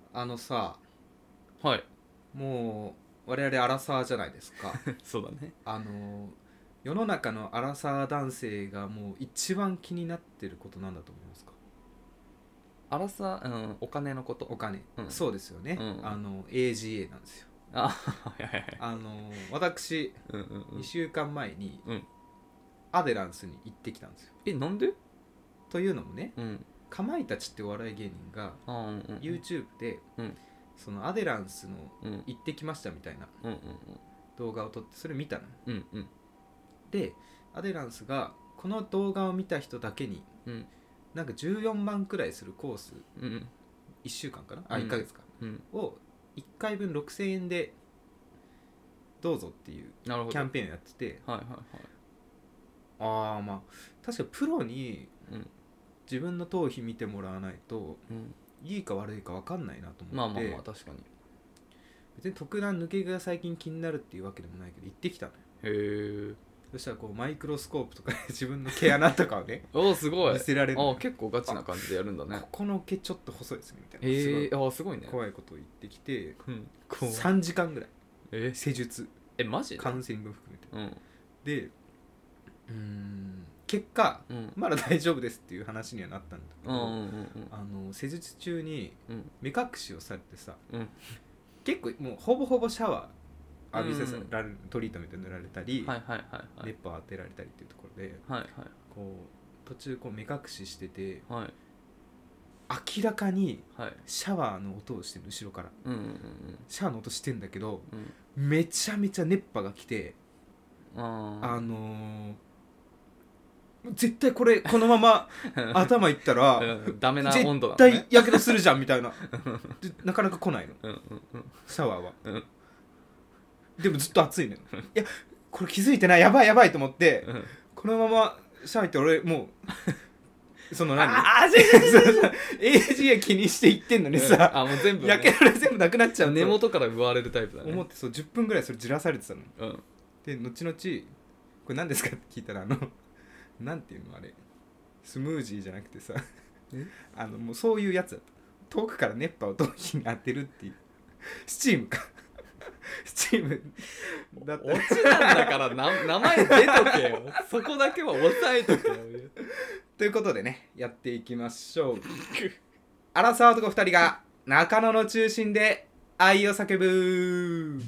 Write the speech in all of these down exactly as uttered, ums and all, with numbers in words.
あのさ、 はい。 もう我々アラサーじゃないですか。 そうだね。 あの世の中のアラサー男性がもう一番気になってることなんだと思いますか？ アラサー、うん、お金のこと。 お金、 うん、 そうですよね、 うん、 あの エージーエー なんですよ。 あ、はいはいはい。 あの私うんうんうん。 にしゅうかんまえにうん。 アデランスに行ってきたんですよ。 え、なんで？ というのもね、 うん。 かまいたちってお笑い芸人があ、うんうんうん。 YouTube でうん。 そのアデランスのうん。 行ってきましたみたいなうんうん動画を撮ってそれ見たの。 うん。うんうん。 でアデランスがこの動画を見た人だけにうん。 なんかじゅうよんまんくらいするコースうんうん。 いっしゅうかんかな、あうんいっかげつか、 うん。 をいっかいぶんろくせんえんでどうぞっていうなるほど。 キャンペーンをやってて、 はいはいはい。 ああまあ確かプロにうん。 自分の頭皮見てもらわないとうん。 いいか悪いか分かんないなとまあ思って、 まあまあ、確かに。 別に特段抜け毛が最近気になるっていうわけでもないけど行ってきたのよ。 へえ。 そしたらこうマイクロスコープとかで自分の毛穴とかをねおー、すごい。 見せられるのよ。 あ、結構ガチな感じでやるんだねこ。この毛ちょっと細いですねみたいな、 へえ。 すごいあ、すごいね。 怖いことを言ってきてうん。怖い。 さんじかんぐらいえ、 施術え、マジで？ カウンセリングも含めて、 うん。 でうーん結果うん。 まだ大丈夫ですっていう話にはなったんだけど、 うんうんうんあの施術中にうん目隠しをされてさ、 うん結構もうほぼほぼシャワー浴びせうんられる、トリートメント塗られたり、 はいはいはいはい熱波を当てられたりっていうところではいはいこう途中こう目隠ししててはい明らかにはいシャワーの音をしてる、後ろからうんうんシャワーの音してんだけどうんめちゃめちゃ熱波が来て、 うんああのー絶対これこのまま頭いったらうんダメな絶温度だもん対ねやけどするじゃんみたいなでなかなか来ないのうんうんうんシャワーは、 うんでもずっと暑いのよいやこれ気づいてないやばいやばいと思ってうんこのままシャワー行って俺もうその何ああ全然エージーエー 気にして行ってんのにさ、 あもう全部ねやけどで全部なくなっちゃうと根元から奪われるタイプだね思ってそうじゅっぷんぐらいそれじらされてたのうんで後々これ何ですかって聞いたらあのなんていうのあれスムージーじゃなくてさあのもうそういうやつだった遠くから熱波を頭皮に当てるっていうスチームかスチームだったオチなんだからな名前出とけよそこだけは押さえとけよということでねやっていきましょうアラサー男ふたりが中野の中心で愛を叫ぶ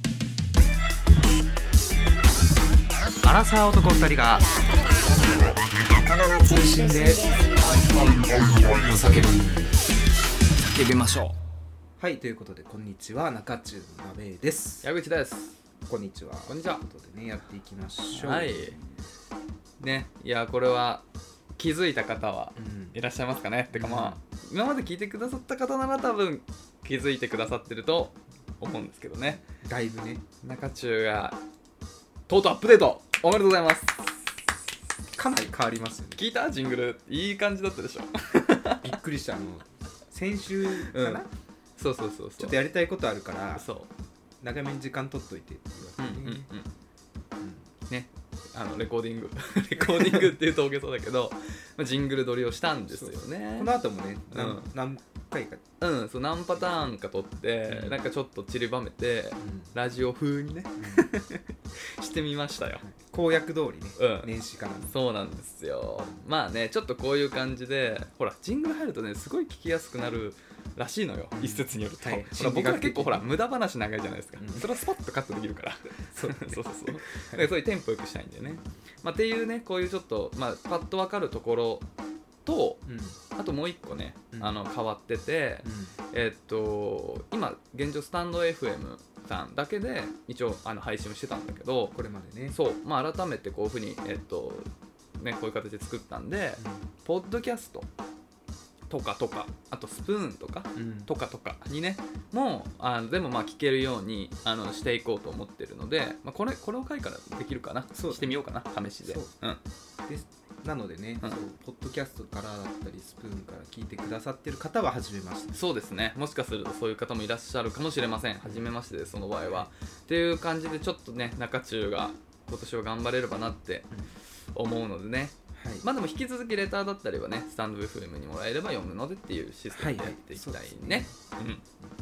アラサー男ふたりが中野の中心で愛を叫ぶ叫びましょはいということでこんにちは中中の鍋ですう矢口ですこんにちはこんにちはということでねやっていきましょうはいねいやこれは気づいた方はうんいらっしゃいますかね、てかまあ、 うん今まで聞いてくださった方なら多分気づいてくださってると思うんですけどねだいぶね中中がとうとうアップデートおめでとうございますかなり変わりますよね聞いたジングルいい感じだったでしょびっくりしたあの先週かな、 うんそうそうそうそうちょっとやりたいことあるからそう長めに時間取っといてって言われてね、 うんうんうんうんねあのレコーディングレコーディングっていうと大げさだけどまあジングル撮りをしたんですよねこの後もね、何うん何回か、 うんそう何パターンか撮って、 うんなんかちょっと散りばめてうんラジオ風にねしてみましたよ公約通りね、 うん年始からのそうなんですよまあねちょっとこういう感じでほらジングル入るとねすごい聞きやすくなるらしいのよ、 うん一説によると、 はいほら僕は結構ほら無駄話長いじゃないですか、 うんそれをスパッとカットできるからそうそうそうそうだからそういうテンポよくしたいんだよね、まあ、っていうねこういうちょっと、まあ、パッと分かるところとうんあともう一個ね、 うんあの変わってて、えっと今現状スタンド エフエム さんだけで一応あの配信をしてたんだけどこれまでねそう、まあ、改めてこういうふうに、えっとね、こういう形で作ったんで、ポッドキャストとかとかあとスプーンとかうんうんとかとかにねもうあの全部まあ聞けるようにあのしていこうと思ってるので、まあ、これこれを回からできるかなそうしてみようかな試しでそううんですなのでね、 うんそうポッドキャストからだったりスプーンから聞いてくださってる方は初めましてそうですねもしかするとそういう方もいらっしゃるかもしれません初めましてですその場合はっていう感じでちょっとね中中が今年は頑張れればなって思うのでねはい、 まあでも引き続きレターだったりはねスタンド エフエム にもらえれば読むのでっていうシステムでやっていきたいね、うん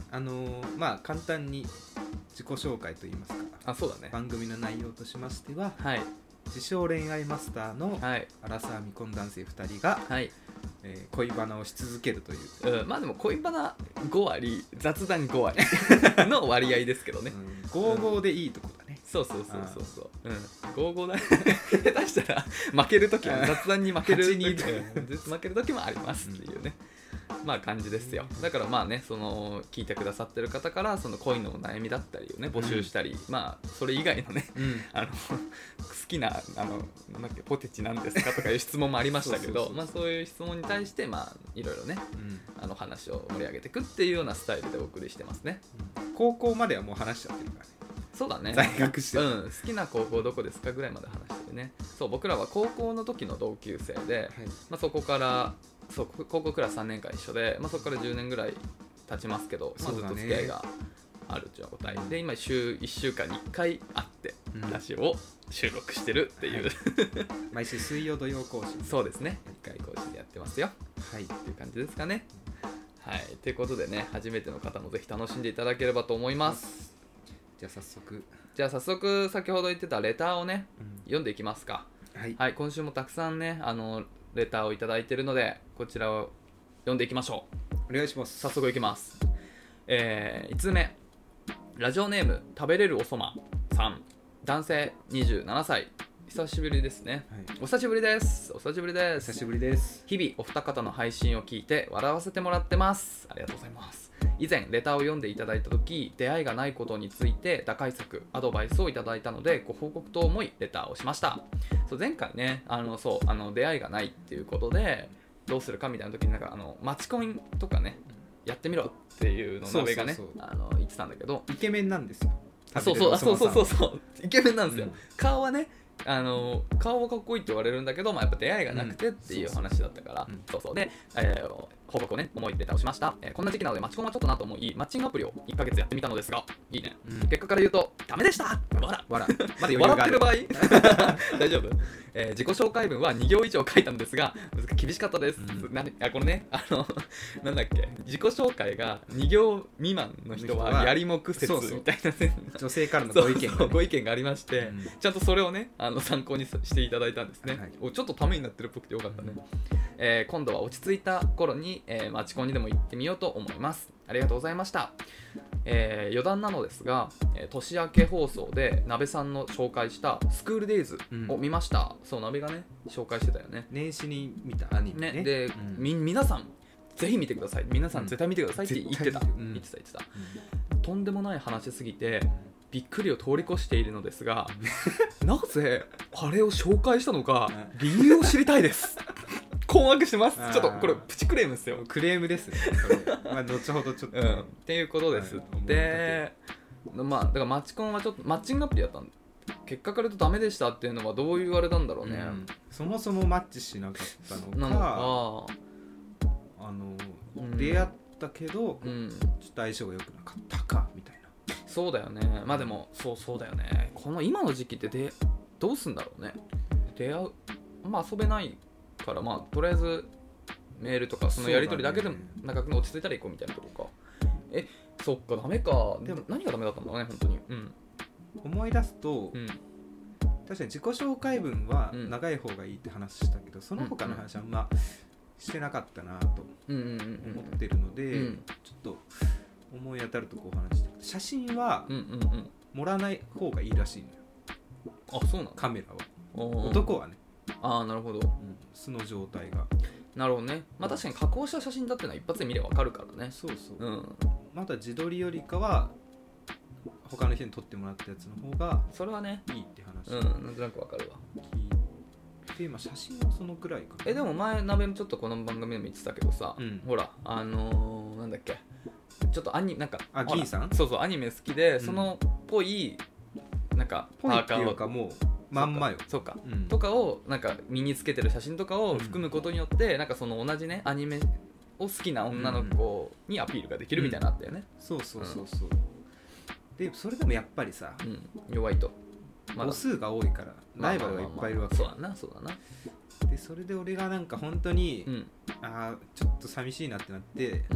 あのー、まあ簡単に自己紹介といいますか、 あ、そうだね。 番組の内容としましては、 はい、 自称恋愛マスターのはい、 アラサー未婚男性ふたりが、 はい、 えー恋バナをし続けるという、 うん、まあでも恋バナご割、雑談ご割の割合ですけどね。 うん、ゴーゴーでいいとこだね。 そうそうそうそうそう。うん。ごじゅうごだ。下手したら負けるときは雑談に負けるはちにんうん負けるときもありますっていうね。まあ感じですよ。だからまあね、その聞いてくださってる方からその恋のお悩みだったりをね募集したり、うん、まあそれ以外のね、うん、あの好きなあのなんだっけポテチなんですかとかいう質問もありましたけど、まあそういう質問に対してまあいろいろね、うん、あの話を盛り上げていくっていうようなスタイルでお送りしてますね。 うん、高校まではもう話しちゃってるからね。 そうだね。 在学してる、 うん、好きな高校どこですかぐらいまで話してるね。そう、僕らは高校の時の同級生で、はい、まあ、そこからそう高校クラスさんねんかん一緒で、まあ、そこからじゅうねんぐらい経ちますけど、まあ、ずっと付き合いがあるという答え、ね、で今週いっしゅうかんにいっかい会って、うん、ラジオを収録してるっていう、はい、 毎週水曜土曜更新。 そうですね、いっかい更新でやってますよ。はいっていう感じですかね。はい、ということでね、初めての方もぜひ楽しんでいただければと思います。 じゃあ早速じゃあ早速先ほど言ってたレターをね、うん、読んでいきますか。 はい、 はい、今週もたくさんねあのレターをいただいているのでこちらを読んでいきましょう。お願いします。 早速いきます。えー、いつつめ、ラジオネーム食べれるおそまさん、男性にじゅうななさい、久しぶりですね、はい、お久しぶりです。お久しぶりです。 久しぶりです。 日々お二方の配信を聞いて笑わせてもらってます。ありがとうございます。以前レターを読んでいただいた時、出会いがないことについて打開策アドバイスをいただいたのでご報告と思いレターをしました。そう前回ねあのそうあの出会いがないっていうことでどうするかみたいな時になんかあのマチコンとかねやってみろっていうのを鍋がねあの言ってたんだけど、 イケメンなんですよ。 そうそうそうそうそうそうイケメンなんですよ、うん、顔はねあの顔はかっこいいって言われるんだけど、まあ、やっぱ出会いがなくてっていう話だったから、うん、そうそうで、えー、報告をね思いレターをしました、えー、こんな時期なのでマチコンはちょっとなと思いマッチングアプリをいっかげつやってみたのですがいいね、うん、結果から言うとダメでした。わらわらまだ笑ってる場合大丈夫、えー、自己紹介文はに行以上書いたんですが厳しかったです、うん、なあこれねあのなんだっけ自己紹介がに行未満の人はやりもく説みたいな女性からのご意見が、ね、 そうそうご意見がありまして、うん、ちゃんとそれをねあの参考にしていただいたんですね、はい、おちょっとためになってるっぽくてよかったね、うんえー、今度は落ち着いた頃に、えー、マチコンにでも行ってみようと思います。ありがとうございました。えー、余談なのですが、えー、年明け放送で鍋さんの紹介したスクールデイズを見ました、うん、そう鍋がね紹介してたよね。 年始に見たアニメ ね, ねで、うん、み皆さんぜひ見てください、皆さん絶対見てくださいって言ってた、うん、言ってた言ってた、うん、とんでもない話すぎてびっくりを通り越しているのですがなぜあれを紹介したのか理由を知りたいです困惑してます。ちょっとこれプチクレームですよ。 クレームですねそれ、まあ、後ほどちょっと、ね、 うん、っていうことです、はい、でまあだからマチコンはちょっとマッチングアプリやったんで結果から言うとダメでしたっていうのはどういうあれなんだろうね、うん、 そもそもマッチしなかったのかなのかあの、うん、出会ったけど、うん、ちょっと相性が良くなかったかみたいな。 そうだよね。まあでもそうそうだよね。この今の時期ってでどうすんだろうね。出会うまあ遊べないからまあとりあえずメールとかそのやり取りだけでも仲良く落ち着いたら行こうみたいなことか。えそっかダメか。でも何がダメだったんだろうね本当に。うん。 思い出すと、うん、確かに自己紹介文は長い方がいいって話したけど、うん、その他の話はまあしてなかったなと思ってるので、うんうんうん、ちょっと思い当たるとこう話して写真は盛らない方がいいらしいのよ。 あ、そうなの？ カメラは男はね。 ああなるほど、うん、 素の状態がなるほどね。まあ確かに加工した写真だってのは一発で見れば分かるからね。 そうそう、うん、まだ自撮りよりかは他の人に撮ってもらったやつの方がそれはねいいって話、 うん、なんとなく分かるわ。 で、まあ、写真はそのくらいかな。 えでも前鍋もちょっとこの番組でも言ってたけどさ、うん、ほらあのー、なんだっけちょっとアニなんかあ銀さんそうそうアニメ好きで、うん、そのっぽいなんかパーカーをもうまんまよそうか、うん、とかをなんか身につけてる写真とかを含むことによって、うん、なんかその同じねアニメを好きな女の子にアピールができるみたいなのあったよね、 うん、そうそうそうそう、うん、でそれでもやっぱりさ、 うん、弱いと母数が多いからライバルがいっぱいいるわけ、 まあまあまあまあ、そうだなそうだな。 でそれで俺がなんか本当に、うん、あちょっと寂しいなってなって、うん、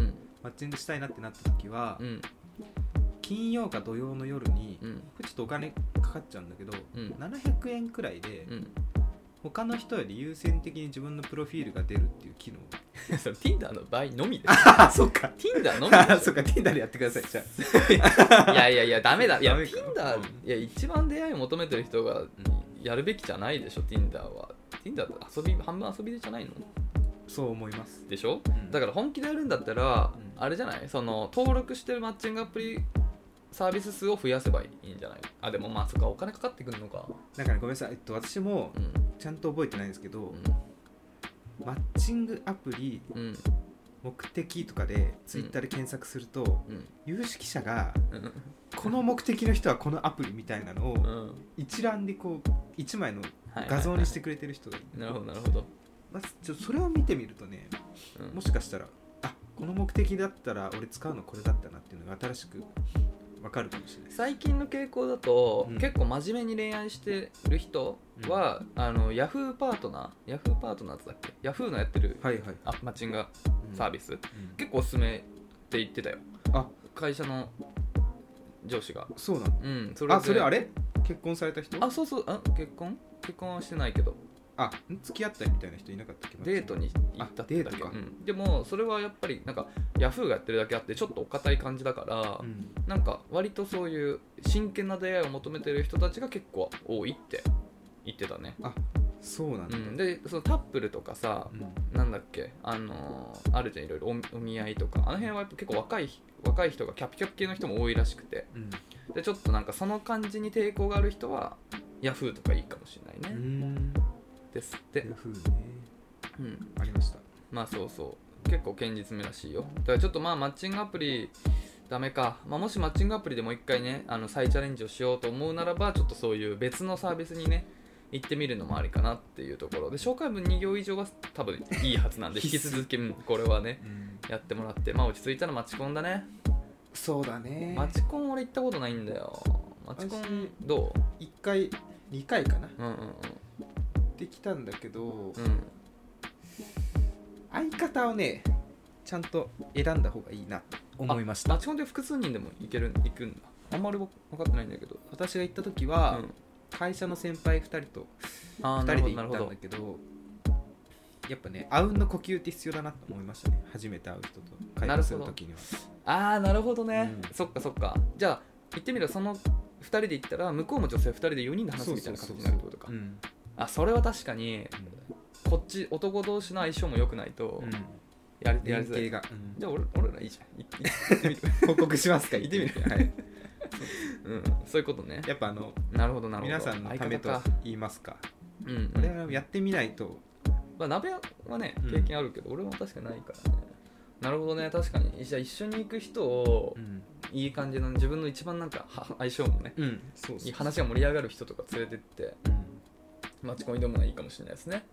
マッチングしたいなってなった時は、 うん金曜か土曜の夜に、 うんこれちょっとお金かかっちゃうんだけど、 うんななひゃくえんくらいで、 うん他の人より優先的に自分のプロフィールが出るっていう機能それ Tinder の場合のみでああそっか Tinder のみであそっか Tinder でやってくださいじゃあいやいやいやダメだいやダメか Tinder いや一番出会いを求めてる人がやるべきじゃないでしょ Tinder は Tinder って遊び半分遊びでじゃないのそう思いますでしょ、 うんだから本気でやるんだったら、 うんあれじゃないその登録してるマッチングアプリサービス数を増やせばいいんじゃないあでもまあそっかお金かかってくるのかなんかねごめんなさい、えっと、私もうんちゃんと覚えてないんですけど、 うマッチングアプリんうん目的とかでツイッターで検索すると、 うん有識者がうんこの目的の人はこのアプリみたいなのをうん一覧でこう一枚のはい画像にしてくれてる人がいる、 なるほどなるほど、 まあ、ちょそれを見てみるとねうんもしかしたらあこの目的だったら俺使うのこれだったなっていうのが新しく分かるかもしれないです。 最近の傾向だと、 うん結構真面目に恋愛してる人は、あのヤフーパートナーヤフーパートナーズだっけヤフーのやってる、 はいはい、 あマッチングサービス、 うん結構おすすめって言ってたよあ会社の上司がそうなのうんそれであそれあれ結婚された人あそうそうあ結婚結婚はしてないけどあ付き合ったみたいな人いなかったっけデートに行ったってだけあデートかうん、でもそれはやっぱりなんかヤフーがやってるだけあってちょっとお堅い感じだから、 うんなんか割とそういう真剣な出会いを求めてる人たちが結構多いって言ってたね、 そうなんだ、 うん、でそのタップルとかさ、 うんなんだっけあのーあるじゃんいろいろおお見合いとかあの辺はやっぱ結構若い若い人がキャピキャピ系の人も多いらしくてうんでちょっとなんかその感じに抵抗がある人はヤフーとかいいかもしれないうね、 んですってヤ、フーねうん、 ありましたまあそうそう結構堅実めらしいよだからちょっとまあマッチングアプリダメか、まあ、もしマッチングアプリでもう一回ねあの再チャレンジをしようと思うならばちょっとそういう別のサービスにね行ってみるのもありかなっていうところで紹介文に行以上は多分いいはずなんで引き続きうんこれはねうんやってもらってまあ落ち着いたらマチコンだねそうだねマチコン俺行ったことないんだよマチコンどいっかいにかいかなううんうんできたんだけど、 うんうん相方をねちゃんと選んだ方がいいなと思いました。 マチコンって複数人でも行ける行くんだあんまり分かってないんだけど私が行った時は、 うん会社の先輩ふたりとあーふたりでなるほど行ったんだけどやっぱねあうんの呼吸って必要だなと思いましたね。初めて会う人と会話する時には。 ああなるほどね、 うんそっかそっかじゃあ言ってみればそのふたりで行ったら向こうも女性ふたりでよにんで話すみたいな形になるってことかうんあそれは確かにこっち男同士の相性も良くないとうんやり,、や連りづらい携が、うんじゃあ俺俺らいいじゃん行って行ってみる報告しますか行ってみるはい、 うんそういうことねやっぱあのなるほどなるほど皆さんのためと相方か言いますかうん、うん我々はやってみないとまあ、鍋はねうん経験あるけど、俺も確かにないからねなるほどね確かにじゃあ一緒に行く人をうん、 いい感じの自分の一番なんかは相性もねうん、そうそういい話が盛り上がる人とか連れてってうんマチコンに挑むのはいいかもしれないですね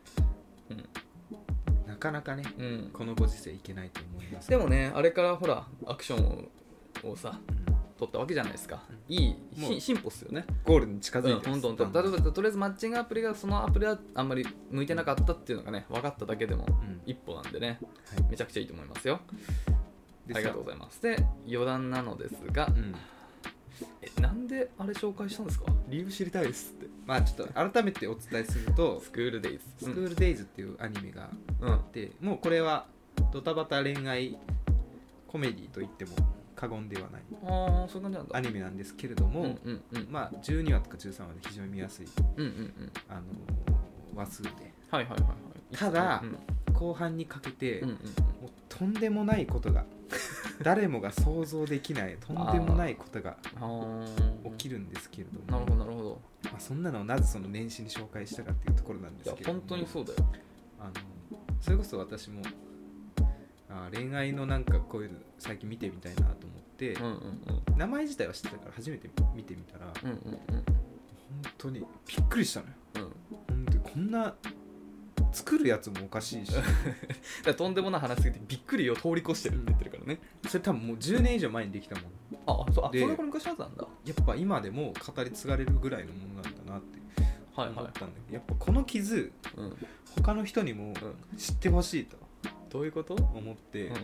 なかなかねうん、うん、 このご時世いけないと思いますでもねあれからほらアクションををさうん取ったわけじゃないですか、 ういいもうし進歩っすよねゴールに近づうんいてます、 ほんとほんと例えばとりあえずマッチングアプリがそのアプリはあんまり向いてなかったっていうのがね分かっただけでもうん一歩なんでねはいめちゃくちゃいいと思いますよでありがとうございますで余談なのですが、 うんえなんであれ紹介したんですか理由知りたいですってまあちょっと改めてお伝えするとスクールデイズ 「スクールデイズ」っていうアニメがうん、 あってもうこれはドタバタ恋愛コメディと言っても過言ではないああそういう感じなんだアニメなんですけれども、 うんうんうんまあじゅうにわとかじゅうさんわで非常に見やすい、 うんうんうんあのー話数ではいはいはいはいただうん後半にかけて、 うんうんもうとんでもないことが誰もが想像できないとんでもないことがあ起きるんですけれども、 なるほどなるほどまあ、そんなのをなぜその年始に紹介したかっていうところなんでいやすけれども本当にそうだよあのそれこそ私もあ恋愛のなんかこういうの最近見てみたいなと思って、 うんうんうん名前自体は知ってたから初めて見てみたら、 うんうん本当にびっくりしたのよ。 うんうん本当にこんな作るやつもおかしいしだからとんでもない話すぎてびっくりを通り越してるって言ってるからねそれ多分もうじゅうねん以上前にできたもん。 ああそうあそでれが昔のやつなんだやっぱ今でも語り継がれるぐらいのものなんだなってはいはい思ったんだけど、やっぱこの傷うん他の人にもうん知ってほしいとどういうこと思って、 うん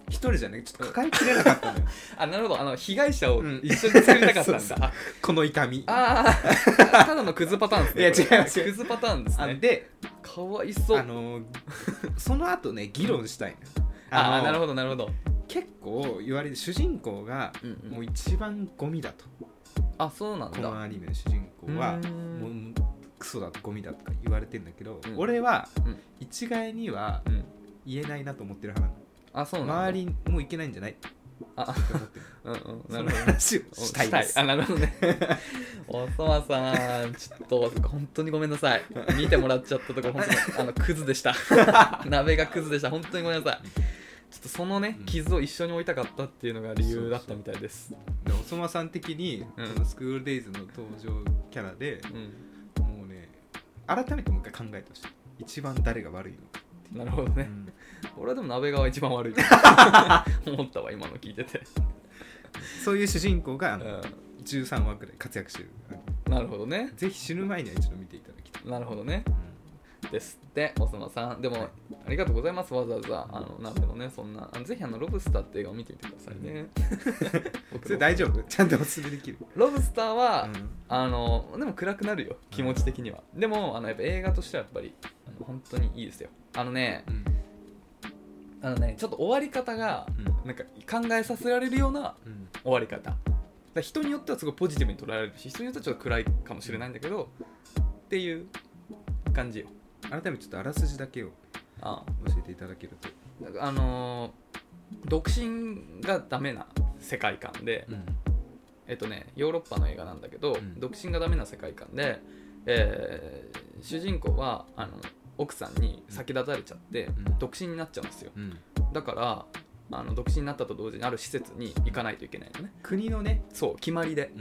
一人じゃねちょっと抱えきれなかったのよあ、なるほど、あの被害者を一緒に作りたかったんだ、うん、そうそう、 この痛み、 ああただのクズパターンですね。 いや違います、 クズパターンですね。 でかわいそう。 あのその後ね議論したいの、 ああ、なるほどなるほど。 結構言われる主人公がもう一番ゴミだと、うんうん、 あ、そうなんだ。 このアニメの主人公はもうクソだとゴミだとか言われてるんだけど、うん、俺は一概には言えないなと思ってる派なの。 あ、そうなんだ。 周りもういけないんじゃないって思ってる。 うんうん、 なるほど。話をしたいです。 あ、なるほどね。おそまさん、ちょっと本当にごめんなさい。見てもらっちゃったところ本当にあのクズでした。鍋がクズでした。本当にごめんなさい。ちょっとそのね、傷を一緒に置いたかったっていうのが理由だったみたいです。 そうそう。おそまさん的に、うん、スクールデイズの登場キャラで、うん、もうね、改めてもう一回考えてほしい。一番誰が悪いのか。 なるほどね、うん、俺はでも鍋川一番悪い思ったわ今の聞いてて。 そういう主人公が、うん、じゅうさんわくらい活躍してる。 なるほどね。 ぜひ死ぬ前には一度見ていただきたい。 なるほどね、うん、ですっておそまさん。でも、はい、ありがとうございます。わざわざあの鍋のねそんなあのぜひあのロブスターって映画を見てみてくださいね。 それ大丈夫？ちゃんとおすすめできる？ ロブスターは、うん、あのでも暗くなるよ気持ち的には、うん、でもあのやっぱ映画としてはやっぱりあの本当にいいですよ。あのね、うん、あのねちょっと終わり方が、うん、なんか考えさせられるような終わり方、だ人によってはすごいポジティブに捉えられるし、人によってはちょっと暗いかもしれないんだけど、っていう感じよ。 改めてちょっとあらすじだけを教えていただけると。 あのー、独身がダメな世界観で、うん、えっとねヨーロッパの映画なんだけど、うん、独身がダメな世界観で、えー、主人公はあの奥さんに先立たれちゃって、うん、独身になっちゃうんですよ、うん、だからあの独身になったと同時にある施設に行かないといけないのね。 国のね、 そう決まりで、うん、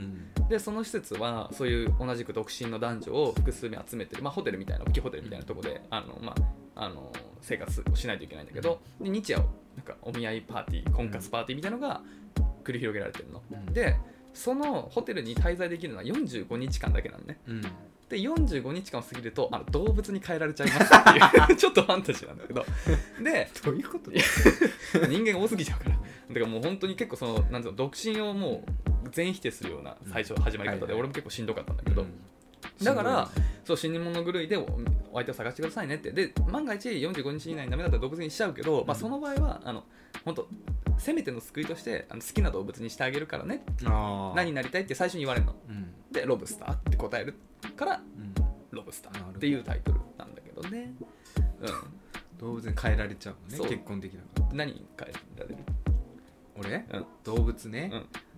でその施設はそういう同じく独身の男女を複数名集めてる、まあ、ホテルみたいな大きいホテルみたいなところであの、まあ、あの生活をしないといけないんだけど、うん、で日夜なんかお見合いパーティー婚活パーティーみたいなのが繰り広げられてるの、うん、でそのホテルに滞在できるのはよんじゅうごにちかんだけなのね、うん、でよんじゅうごにちかんを過ぎるとあの動物に変えられちゃいますっていうちょっとファンタジーなんだけどでどういうこと人間多すぎちゃうからだからもう本当に結構そのなんていうの独身をもう全否定するような最初始まり方で、うんはいはい、俺も結構しんどかったんだけど、うんだからそう死に物狂いでお相手を探してくださいねってで万が一よんじゅうごにち以内にダメだったら動物にしちゃうけど、うんまあ、その場合はあの本当せめての救いとしてあの好きな動物にしてあげるからね何になりたいって最初に言われるの、うん、でロブスターって答えるから、うん、ロブスターっていうタイトルなんだけどね、 うん、動物に変えられちゃうのね結婚できなかった。 何に変えられる俺、うん、動物ね、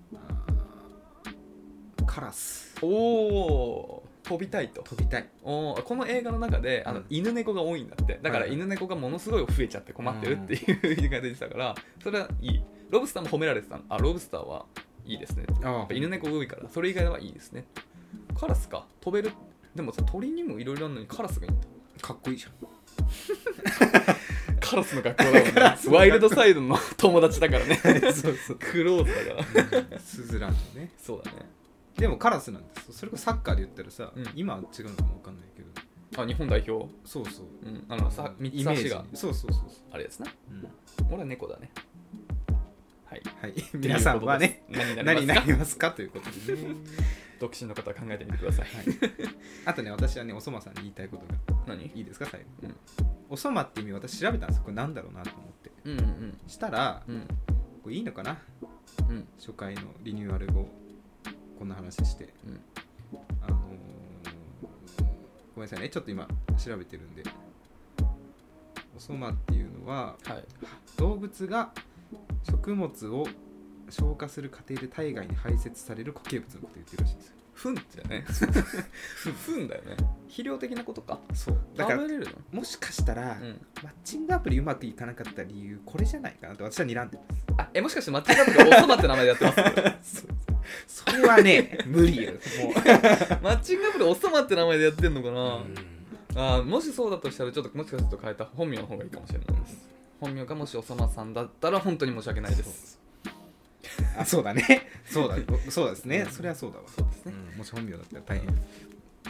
うん、カラス。 おお飛びたいと飛びたい。 おこの映画の中であの、うん、犬猫が多いんだってだから犬猫がものすごい増えちゃって困ってるっていう映画が出てたからそれはいい。ロブスターも褒められてたの。あロブスターはいいですねやっぱ犬猫が多いからそれ以外はいいですね。カラスか飛べる。でもさ鳥にもいろいろあるのにカラスがいいんだ。 かっこいいじゃんカラスの学校だもんねワイルドサイドの友達だからねそうそうクローズだからスズランのね。 そうだね。 でもカラスなんです。それこそサッカーで言ったらさ、うん、今は違うのかも分かんないけどあ日本代表そうそう、 うん、あのさみっつ足がそうそうそうあれやつな、うん、俺は猫だね。はい、 はい、皆さんはね何になりますかということでね独身の方は考えてみてください、はい、 あとね私はねおそまさんに言いたいことが何いいですか最後、うん、おそまって意味私調べたんですよ。これなんだろうなと思って、 うんうんうん、 したら、うん、これいいのかな、うん、初回のリニューアル後こんな話して、うん、あのー、ごめんなさいねちょっと今調べてるんでおそまっていうのは、はい、動物が食物を消化する過程で体外に排泄される固形物のことを言ってるらしいんですよ。 糞ってね糞だよね。肥料的なことか。 そうだから食べれるのもしかしたら、うん、マッチングアプリうまくいかなかった理由これじゃないかなと私は睨んでます。 あえもしかしてマッチングアプリおそまって名前でやってますそうそれはね無理よもうマッチングアプリおそまって名前でやってんのかな。あもしそうだとしたらちょっともしかすると変えた本名の方がいいかもしれないです。本名がもしおそまさんだったら本当に申し訳ないです。 あそうだねそうだそうですね、うん、それはそうだわ。 そうですね、 うん、もし本名だったら大変失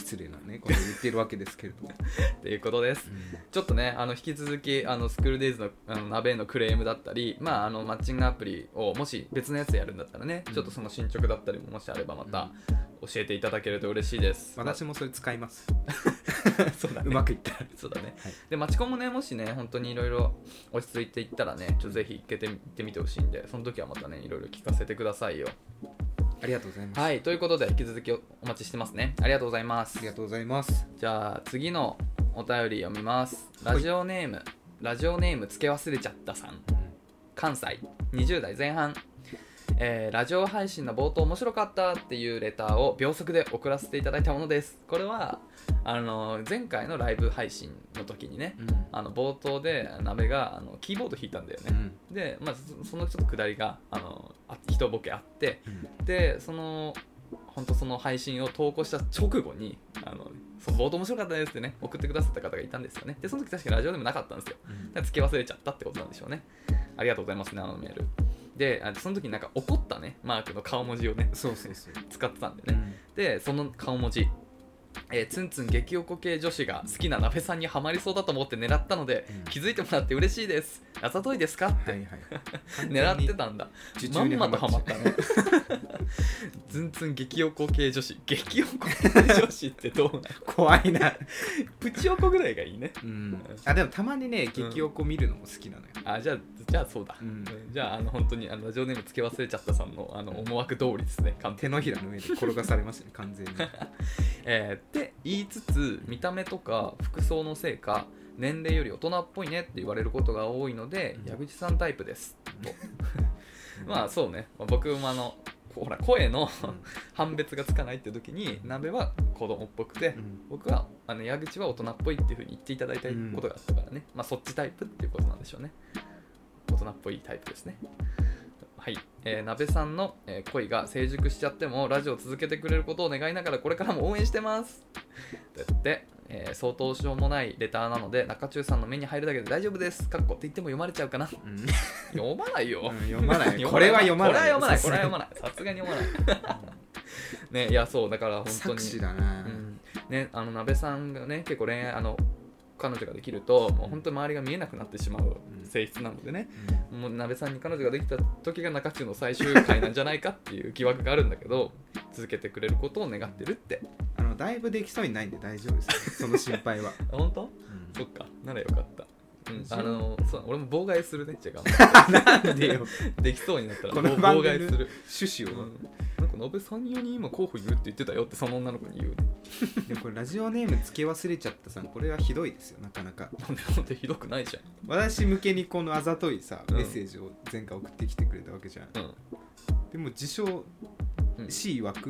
失礼なねことを言ってるわけですけれどもっていうことです、うん、ちょっとねあの引き続きあのスクールデイズ の, あの鍋へのクレームだったり、まあ、あのマッチングアプリをもし別のやつでやるんだったらね、うん、ちょっとその進捗だったりももしあればまた教えていただけると嬉しいです、 うん、私もそれ使いますそうだね、 うまくいったらそうだね、はい、でマチコンもねもしね本当にいろいろ落ち着いていったらねちょっとぜひ行けて行ってみてほしいんでその時はまたねいろいろ聞かせてくださいよ。 ありがとうございます。 はい、ということで引き続きお待ちしてますね。ありがとうございます。 ありがとうございます。 じゃあ次のお便り読みます。ラジオネームラジオネームつけ忘れちゃったさん、関西にじゅう代前半、えー、ラジオ配信の冒頭面白かったっていうレターを秒速で送らせていただいたものです。これはあの前回のライブ配信の時にね、うん、あの冒頭で鍋があのキーボード弾いたんだよね、うん、で、まあ、そのちょっと下りがあの一ボケあって、うん、でその本当その配信を投稿した直後にあのその冒頭面白かったですってね送ってくださった方がいたんですよね。でその時確かにラジオでもなかったんですよ、うん、だから付け忘れちゃったってことなんでしょうね。ありがとうございますねあのメールで。あその時になんか怒ったねマークの顔文字をねそうそうそう使ってたんでね、うん、でその顔文字えー、ツンツン激おこ系女子が好きな鍋さんにハマりそうだと思って狙ったので、うん、気づいてもらって嬉しいです。あざといですかって、はいはい、狙ってたんだ。まんまとハマったねツンツン激おこ系女子激おこ系女子ってどうなの怖いなプチおこぐらいがいいね、 うん、あでもたまにね激おこ見るのも好きなのよ、 うん、あじゃあじゃあそうだ、うん、じゃああの本当にあのラジオネームつけ忘れちゃったさんのあの思惑通りですね。 手のひらの上で転がされましたね完全にえー、って言いつつ見た目とか服装のせいか年齢より大人っぽいねって言われることが多いので、うん、矢口さんタイプですとまあそうね、まあ、僕もあのほら声の、うん、判別がつかないって時に鍋は子供っぽくて、うん、僕はあの矢口は大人っぽいっていう風に言っていただいたことがあったからね、うん、まあそっちタイプっていうことなんでしょうね。大人っぽいタイプですね。はい、えー、鍋さんの、えー、恋が成熟しちゃってもラジオを続けてくれることを願いながらこれからも応援してますだって、えー、相当しょうもないレターなので中中さんの目に入るだけで大丈夫ですかっこって言っても読まれちゃうかな、うん、読まないよ、 うん、読まないこれは読まないこれは読まないこれは読まないさすがに読まないねいやそうだから本当に作詞だな、 うん、ねあの鍋さんがね結構恋愛あの彼女ができるともう本当に周りが見えなくなってしまう性質なのでね、うん、もう鍋さんに彼女ができた時が中中の最終回なんじゃないかっていう疑惑があるんだけど続けてくれることを願ってるって。 あのだいぶできそうにないんで大丈夫ですその心配は本当、うん、そっかならよかった、うん、あのそう俺も妨害するねじゃあなんでよできそうになったらこの妨害する趣旨を、 うんなんか鍋さん、よにん今候補いるって言ってたよってその女の子に言うねでもこれラジオネーム付け忘れちゃったさんこれはひどいですよなかなか。 なんでなんでひどくないじゃん。 私向けにこのあざといさ、うん、メッセージを前回送ってきてくれたわけじゃん、うん、でも自称、うん、C 枠、うん、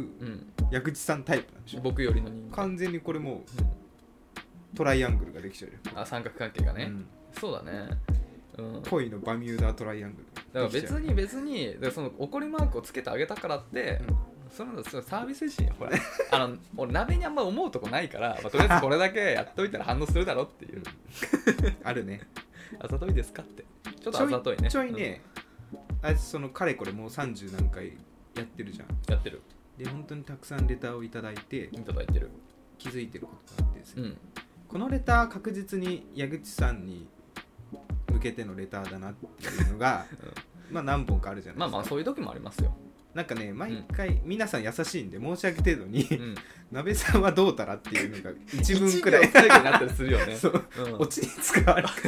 矢口さんタイプなんでしょ。 僕よりの人間完全にこれもう、うん、トライアングルができちゃうよ。 あ三角関係がね、うん、そうだね、 うん、恋のバミューダトライアングルだから別に別にだからその怒りマークをつけてあげたからって、うんそのサービス精神ほらあの俺鍋にあんま思うとこないから、まあ、とりあえずこれだけやっといたら反応するだろっていうあるね。 あざといですかってちょっとあざといねちょいね、うん、あいつそのかれこれもうさんじゅう何回やってるじゃん。 やってるで本当にたくさんレターをいただいていただいてる気づいてることがあってですね、うん、このレター確実に矢口さんに向けてのレターだなっていうのが、うん、まあ何本かあるじゃないですか。 まあまあそういう時もありますよ。なんかね毎回、うん、皆さん優しいんで申し訳程度に、うん、鍋さんはどうたらっていうのが一文くらいいちびょうになったりするよねそう、うん、オチに使われる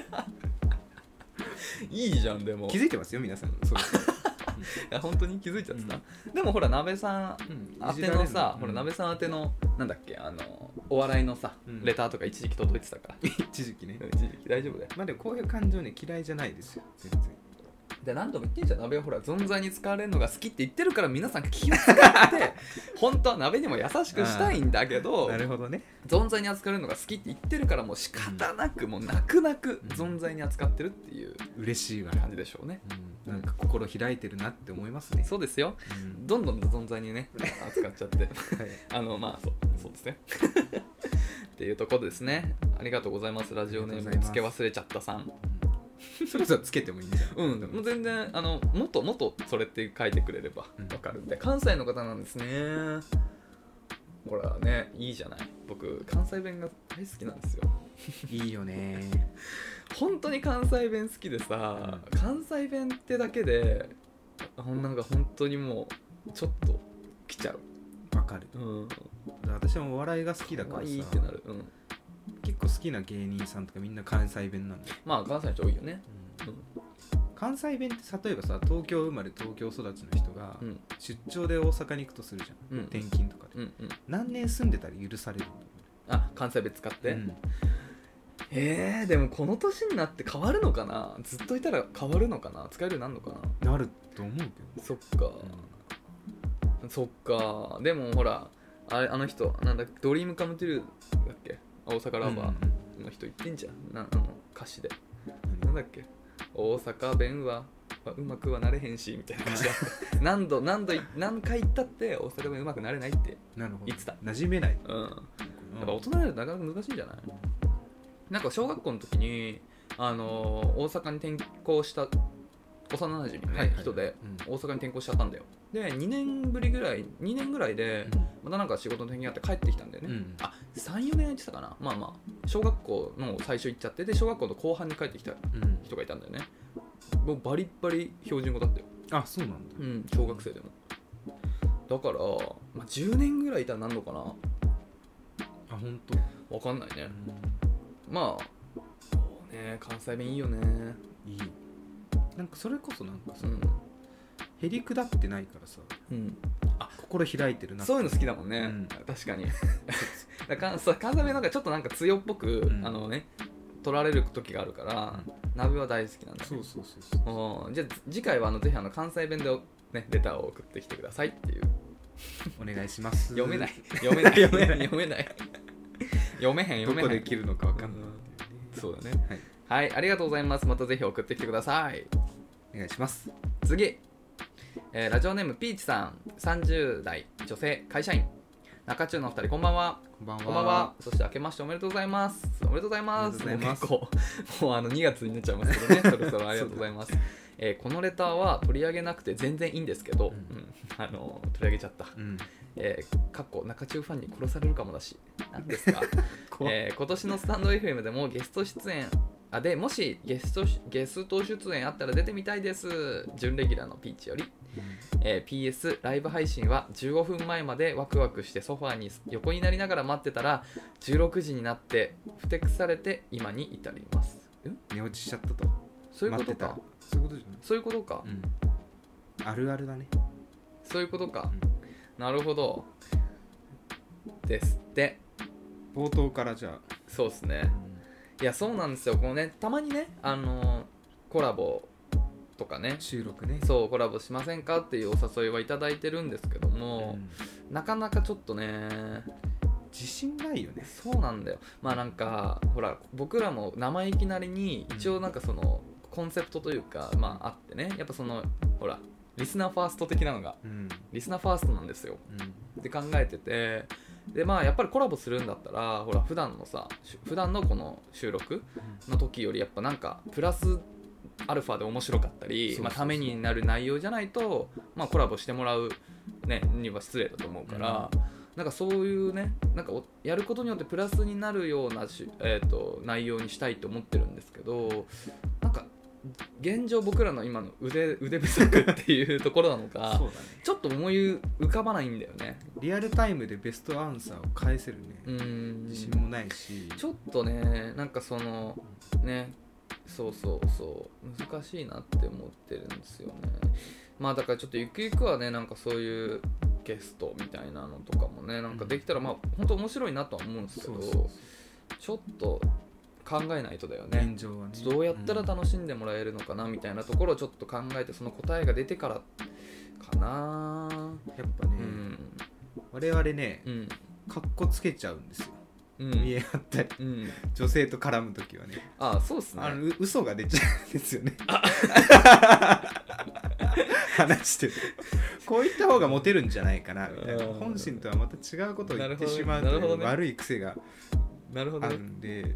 いいじゃん。でも気づいてますよ皆さんそうです、 いや本当に気づいちゃってた、うん、でもほら鍋さん宛てのさ、うん、ほら鍋さん宛てのなんだっけあのお笑いのさ、うん、レターとか一時期届いてたから一時期ね一時期大丈夫だよ。 まあでもこういう感情ね嫌いじゃないですよ全然。 で何度も言ってんじゃん。鍋はほら存在に使われるのが好きって言ってるから皆さん気を使って本当は鍋にも優しくしたいんだけどなるほどね。 存在に扱われるのが好きって言ってるからもう仕方なく、うん、もう泣く泣く存在に扱ってるっていう嬉しいわ感じでしょうね、 うん、なんか心開いてるなって思いますね。 そうですよ、うん、どんどん存在にね扱っちゃって、はい、あのまあそうそうですねっていうところですね。ありがとうございます。ラジオネームつけ忘れちゃったさんそれぞれつけてもいいんじゃない。 うん、もう全然あのもっともっとそれって書いてくれればわかるんで、うん、関西の方なんですね。 ほらね、いいじゃない。僕関西弁が大好きなんですよ。 いいよね。 本当に関西弁好きでさ、うん、関西弁ってだけでなんか本当にもうちょっと来ちゃう。 わかる、 うん、 私もお笑いが好きだからさ、 いいってなる、うん、 結構好きな芸人さんとかみんな関西弁なんだよ。 まあ関西の人多いよね、 うんうん、関西弁って例えばさ、東京生まれ東京育ちの人が出張で大阪に行くとするじゃん、うん、転勤とかで、うんうん、何年住んでたら許されるんだよね。 あ、関西弁使って、うん、えー、でもこの年になって変わるのかな。ずっといたら変わるのかな。使えるようになるのかな。 なると思うけど。 そっか、うん、そっか。でもほらあれ、あの人なんだっけ、ドリームカムトゥルーだっけ、大阪ラバーの人言ってんじゃん、なあの歌詞で、うん、なんだっけ、大阪弁はうまくはなれへんしみたいな感じだった何度何度何回言ったって大阪弁うまくなれないって言ってた。 馴染めない、 うん、やっぱ大人になるとなかなか難しいんじゃない。なんか小学校の時にあのー、大阪に転校した幼なじみの、ねはいはい、人で、うん、大阪に転校しちゃったんだよ。でにねんぶりぐらいにねんぐらいで、うん、またなんか仕事の転勤があって帰ってきたんだよね、うん、あ さん,よ 年やってたかな。まあまあ小学校の最初行っちゃってで小学校の後半に帰ってきた人がいたんだよね、うん、もうバリッバリ標準語だったよ。 あ、そうなんだ、 うん、小学生でもだから、まあ、じゅうねんぐらいいたらなんのかな。あ、 本当。 わかんないね、うん、まあそうね、関西弁いいよね。 いい。なんかそれこそなんかさ、うん、へりくだってないからさ、うん、あ、心開いてるな。 そういうの好きだもんね、うん、確かにだから関西弁なんかちょっとなんか強っぽく、うん、あのね取られる時があるから、うん、鍋は大好きなんだ、ね、 そうそうそうそう。 じゃあ次回はあのぜひあの関西弁で、ね、レターを送ってきてくださいっていうお願いします。 読めない読めない読めない読めない読めへん読めへん。 どこで切るのか分かんない、 うん、そうだね、はい、はい、ありがとうございます。またぜひ送ってきてください。 お願いします。 次、えー、ラジオネームピーチさん、さんじゅう代女性会社員。中中のお二人こんばんは。 こんばんは。 こんばんは。そして明けましておめでとうございます。おめでとうございます。もう結構もうあのにがつになっちゃいますけどねそろそろありがとうございますえー、このレターは取り上げなくて全然いいんですけど、うんうん、あの取り上げちゃった、うん、えー、かっこ中中ファンに殺されるかもだし何ですか、えー、今年のスタンド エフエム でもゲスト出演あでもしゲストゲスト出演あったら出てみたいです。準レギュラーのピーチより、えー、ピーエス ライブ配信はじゅうごふんまえまでワクワクしてソファーに横になりながら待ってたらじゅうろくじになってふてくされて今に至ります。 寝落ちしちゃったと。 そういうことか。 そういうことじゃない。 そういうことか、 うん、あるあるだね。 そういうことか、うん、なるほどですって。 冒頭からじゃあそうですね、うん、いやそうなんですよ。このねたまにねあのコラボとかね収録ねそうコラボしませんかっていうお誘いはいただいてるんですけども、うん、なかなかちょっとね自信ないよね。 そうなんだよ。まあなんかほら僕らも生意気なりに一応なんかそのコンセプトというかまああってね、やっぱそのほらリスナーファースト的なのが、うん、リスナーファーストなんですよ、うん、って考えてて、でまあやっぱりコラボするんだったらほら普段のさ普段のこの収録の時よりやっぱなんかプラスアルファで面白かったり、まあ、ためになる内容じゃないと、まあ、コラボしてもらう、ね、には失礼だと思うから、うん、なんかそういうねなんかやることによってプラスになるようなし、えーと、内容にしたいと思ってるんですけど、なんか現状僕らの今の 腕, 腕不足っていうところなのかそうだ、ね、ちょっと思い浮かばないんだよね。 リアルタイムでベストアンサーを返せるねうん自信もないし、 ちょっとねなんかそのねそうそうそう難しいなって思ってるんですよね。まあだからちょっとゆくゆくはねなんかそういうゲストみたいなのとかもねなんかできたらまあ本当面白いなとは思うんですけど、そうそうそうちょっと考えないとだよね。 現状はねどうやったら楽しんでもらえるのかなみたいなところをちょっと考えてその答えが出てからかな。 やっぱね、うん、我々ね、うん、かっこつけちゃうんですよ、うん、見え合ったり、うん、女性と絡むときはね。 ああそうっすね。 あの嘘が出ちゃうんですよね話してるこういった方がモテるんじゃないかなみたいな本心とはまた違うことを言ってしまうという悪い癖があるんで、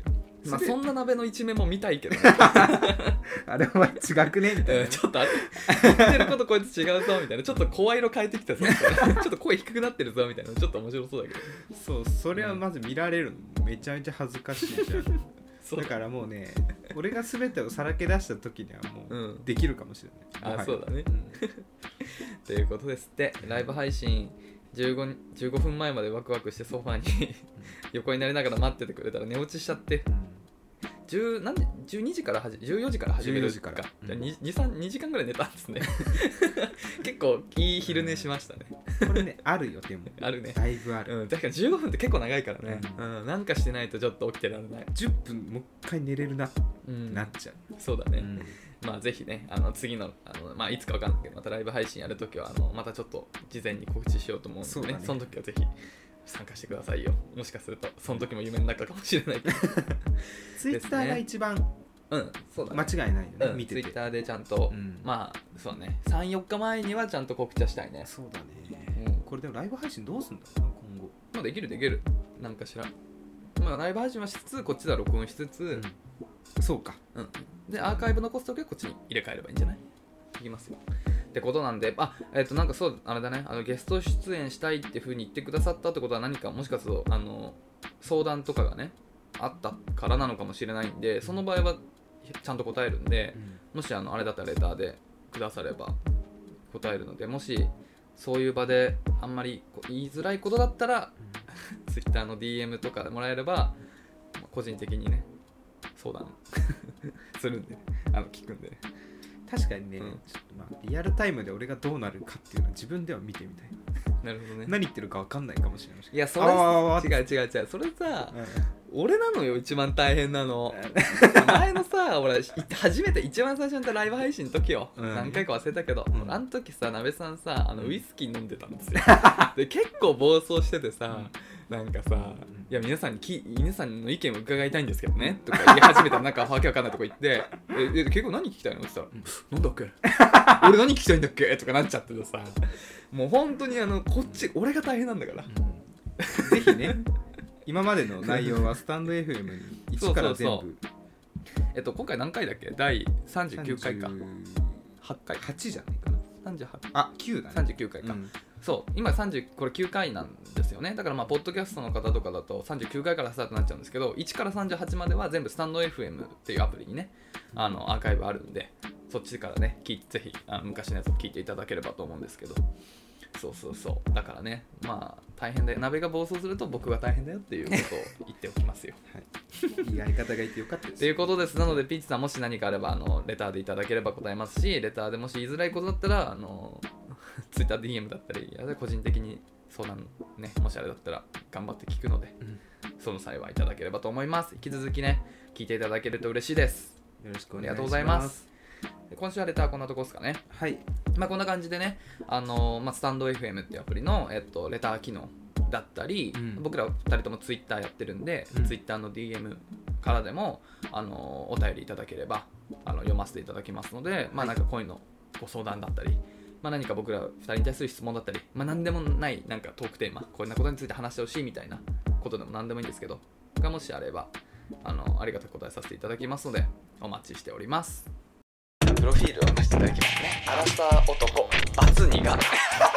まあ、そんな鍋の一面も見たいけどねあれは違くねみたいな、 うん、ちょっとあれ言ってることこいつ違うぞみたいな、ちょっと声色変えてきたぞみたいなちょっと声低くなってるぞみたいな、ちょっと面白そうだけど、 そうそれはまず見られるのめちゃめちゃ恥ずかしいじゃんそうだからもうね俺が全てをさらけ出した時にはもううんできるかもしれない、 あそうだね、 うんということですって。ライブ配信じゅうご、じゅうごふんまえまでワクワクしてソファーに横になりながら待っててくれたら寝落ちしちゃってじゅう何時じゅうにじから始じゅうよじから始めるじゅうよじからか、 うんじゃあ に, に, さんにじかんぐらい寝たんですね結構いい昼寝しましたねこれねあるよでもあるね、 だいぶある、 うん、確かにじゅうごふんって結構長いからね、 ううんなんかしてないとちょっと起きてられない、 じゅっぷんもう一回寝れるな、 うん、 なっちゃう、 そうだね、 うんまあぜひねあの次のあの、まあ、いつかわかんないけどまたライブ配信やるときはあのまたちょっと事前に告知しようと思うんでね、 そうだねその時はぜひ参加してくださいよ。もしかするとその時も夢の中かもしれないけどツイッターが一番うんそうだね間違いないよね、 うん、 見ててツイッターでちゃんと、 うんまあそうねさん、よっかまえにはちゃんと告知はしたいね。 そうだね、 うんこれでもライブ配信どうすんだろうな今後、 まあできるできるなんかしら、まあライブ配信はしつつこっちでは録音しつつ、 うんそうかうん、でアーカイブ残すときはこっちに入れ替えればいいんじゃない？いきますよってことなんで、あえっ、となんかそうあれだねあのゲスト出演したいっていう風に言ってくださったってことは何かもしかするとあの相談とかがねあったからなのかもしれないんで、その場合はちゃんと答えるんで、もしあのあれだったらレターでくだされば答えるので、もしそういう場であんまり言いづらいことだったら、うん、Twitter の ディーエム とかでもらえれば個人的にね相談するんで、あの聞くんでね。 確かにね、 うん、 ちょっとまあリアルタイムで俺がどうなるかっていうのは自分では見てみたいなるほどね。 何言ってるか分かんないかもしれないし、 いやそれ違う違う違うそれさ、うん、俺なのよ一番大変なの前のさ俺初めて一番最初にやったライブ配信の時よ、うん、何回か忘れたけど、うん、あの時さなべさんさあのウイスキー飲んでたんですよで結構暴走しててさ、なんかさ、いや皆さんにき皆さんの意見を伺いたいんですけどねとか言い始めたらなんかわけわかんないとこ言ってええ結構何聞きたいのって言ったら、うん、なんだっけ俺何聞きたいんだっけとかなっちゃっててさ、もう本当にあのこっち俺が大変なんだから、 うん、ぜひね今までの内容はスタンド エフエム にいちから全部そうそうそうえっと今回何回だっけだいさんじゅうきゅうかいかはちかいはちじゃないかなさんじゅうはちあきゅうだねさんじゅうきゅうかいか、うん、そう今さんじゅうこれきゅうかいなんですよね。だからまあポッドキャストの方とかだとさんじゅうきゅうかいからスタートになっちゃうんですけど、いちからさんじゅうはちまでは全部スタンド エフエム っていうアプリにねあのアーカイブあるんで、そっちからねぜひあの昔のやつを聞いていただければと思うんですけど、そうそうそうだからねまあ大変だよ、鍋が暴走すると僕が大変だよっていうことを言っておきますよはい、いい相方がいてよかったですということです。なのでピッチさんもし何かあればあのレターでいただければ答えますし、レターでもし言いづらいことだったらあのツイッター ディーエム だったり個人的に相談ねもしあれだったら頑張って聞くので、うん、その際はいただければと思います。引き続きね聞いていただけると嬉しいです。 よろしくお願いします。 ありがとうございます。今週はレターこんなとこですかね。 はい、 まあ、こんな感じでねあの、まあ、スタンド エフエム っていうアプリの、えっと、レター機能だったり、うん、僕らふたりともツイッターやってるんで、うん、ツイッターの ディーエム からでもあのお便りいただければあの読ませていただきますので、まあ、なんかこういうのご相談だったり、まあ、何か僕らふたりに対する質問だったり、まあ、何でもないなんかトークテーマこんなことについて話してほしいみたいなことでも何でもいいんですけどがもしあればあのありがたく答えさせていただきますのでお待ちしております。プロフィールを見せていただきますね。アラサー男バツニがア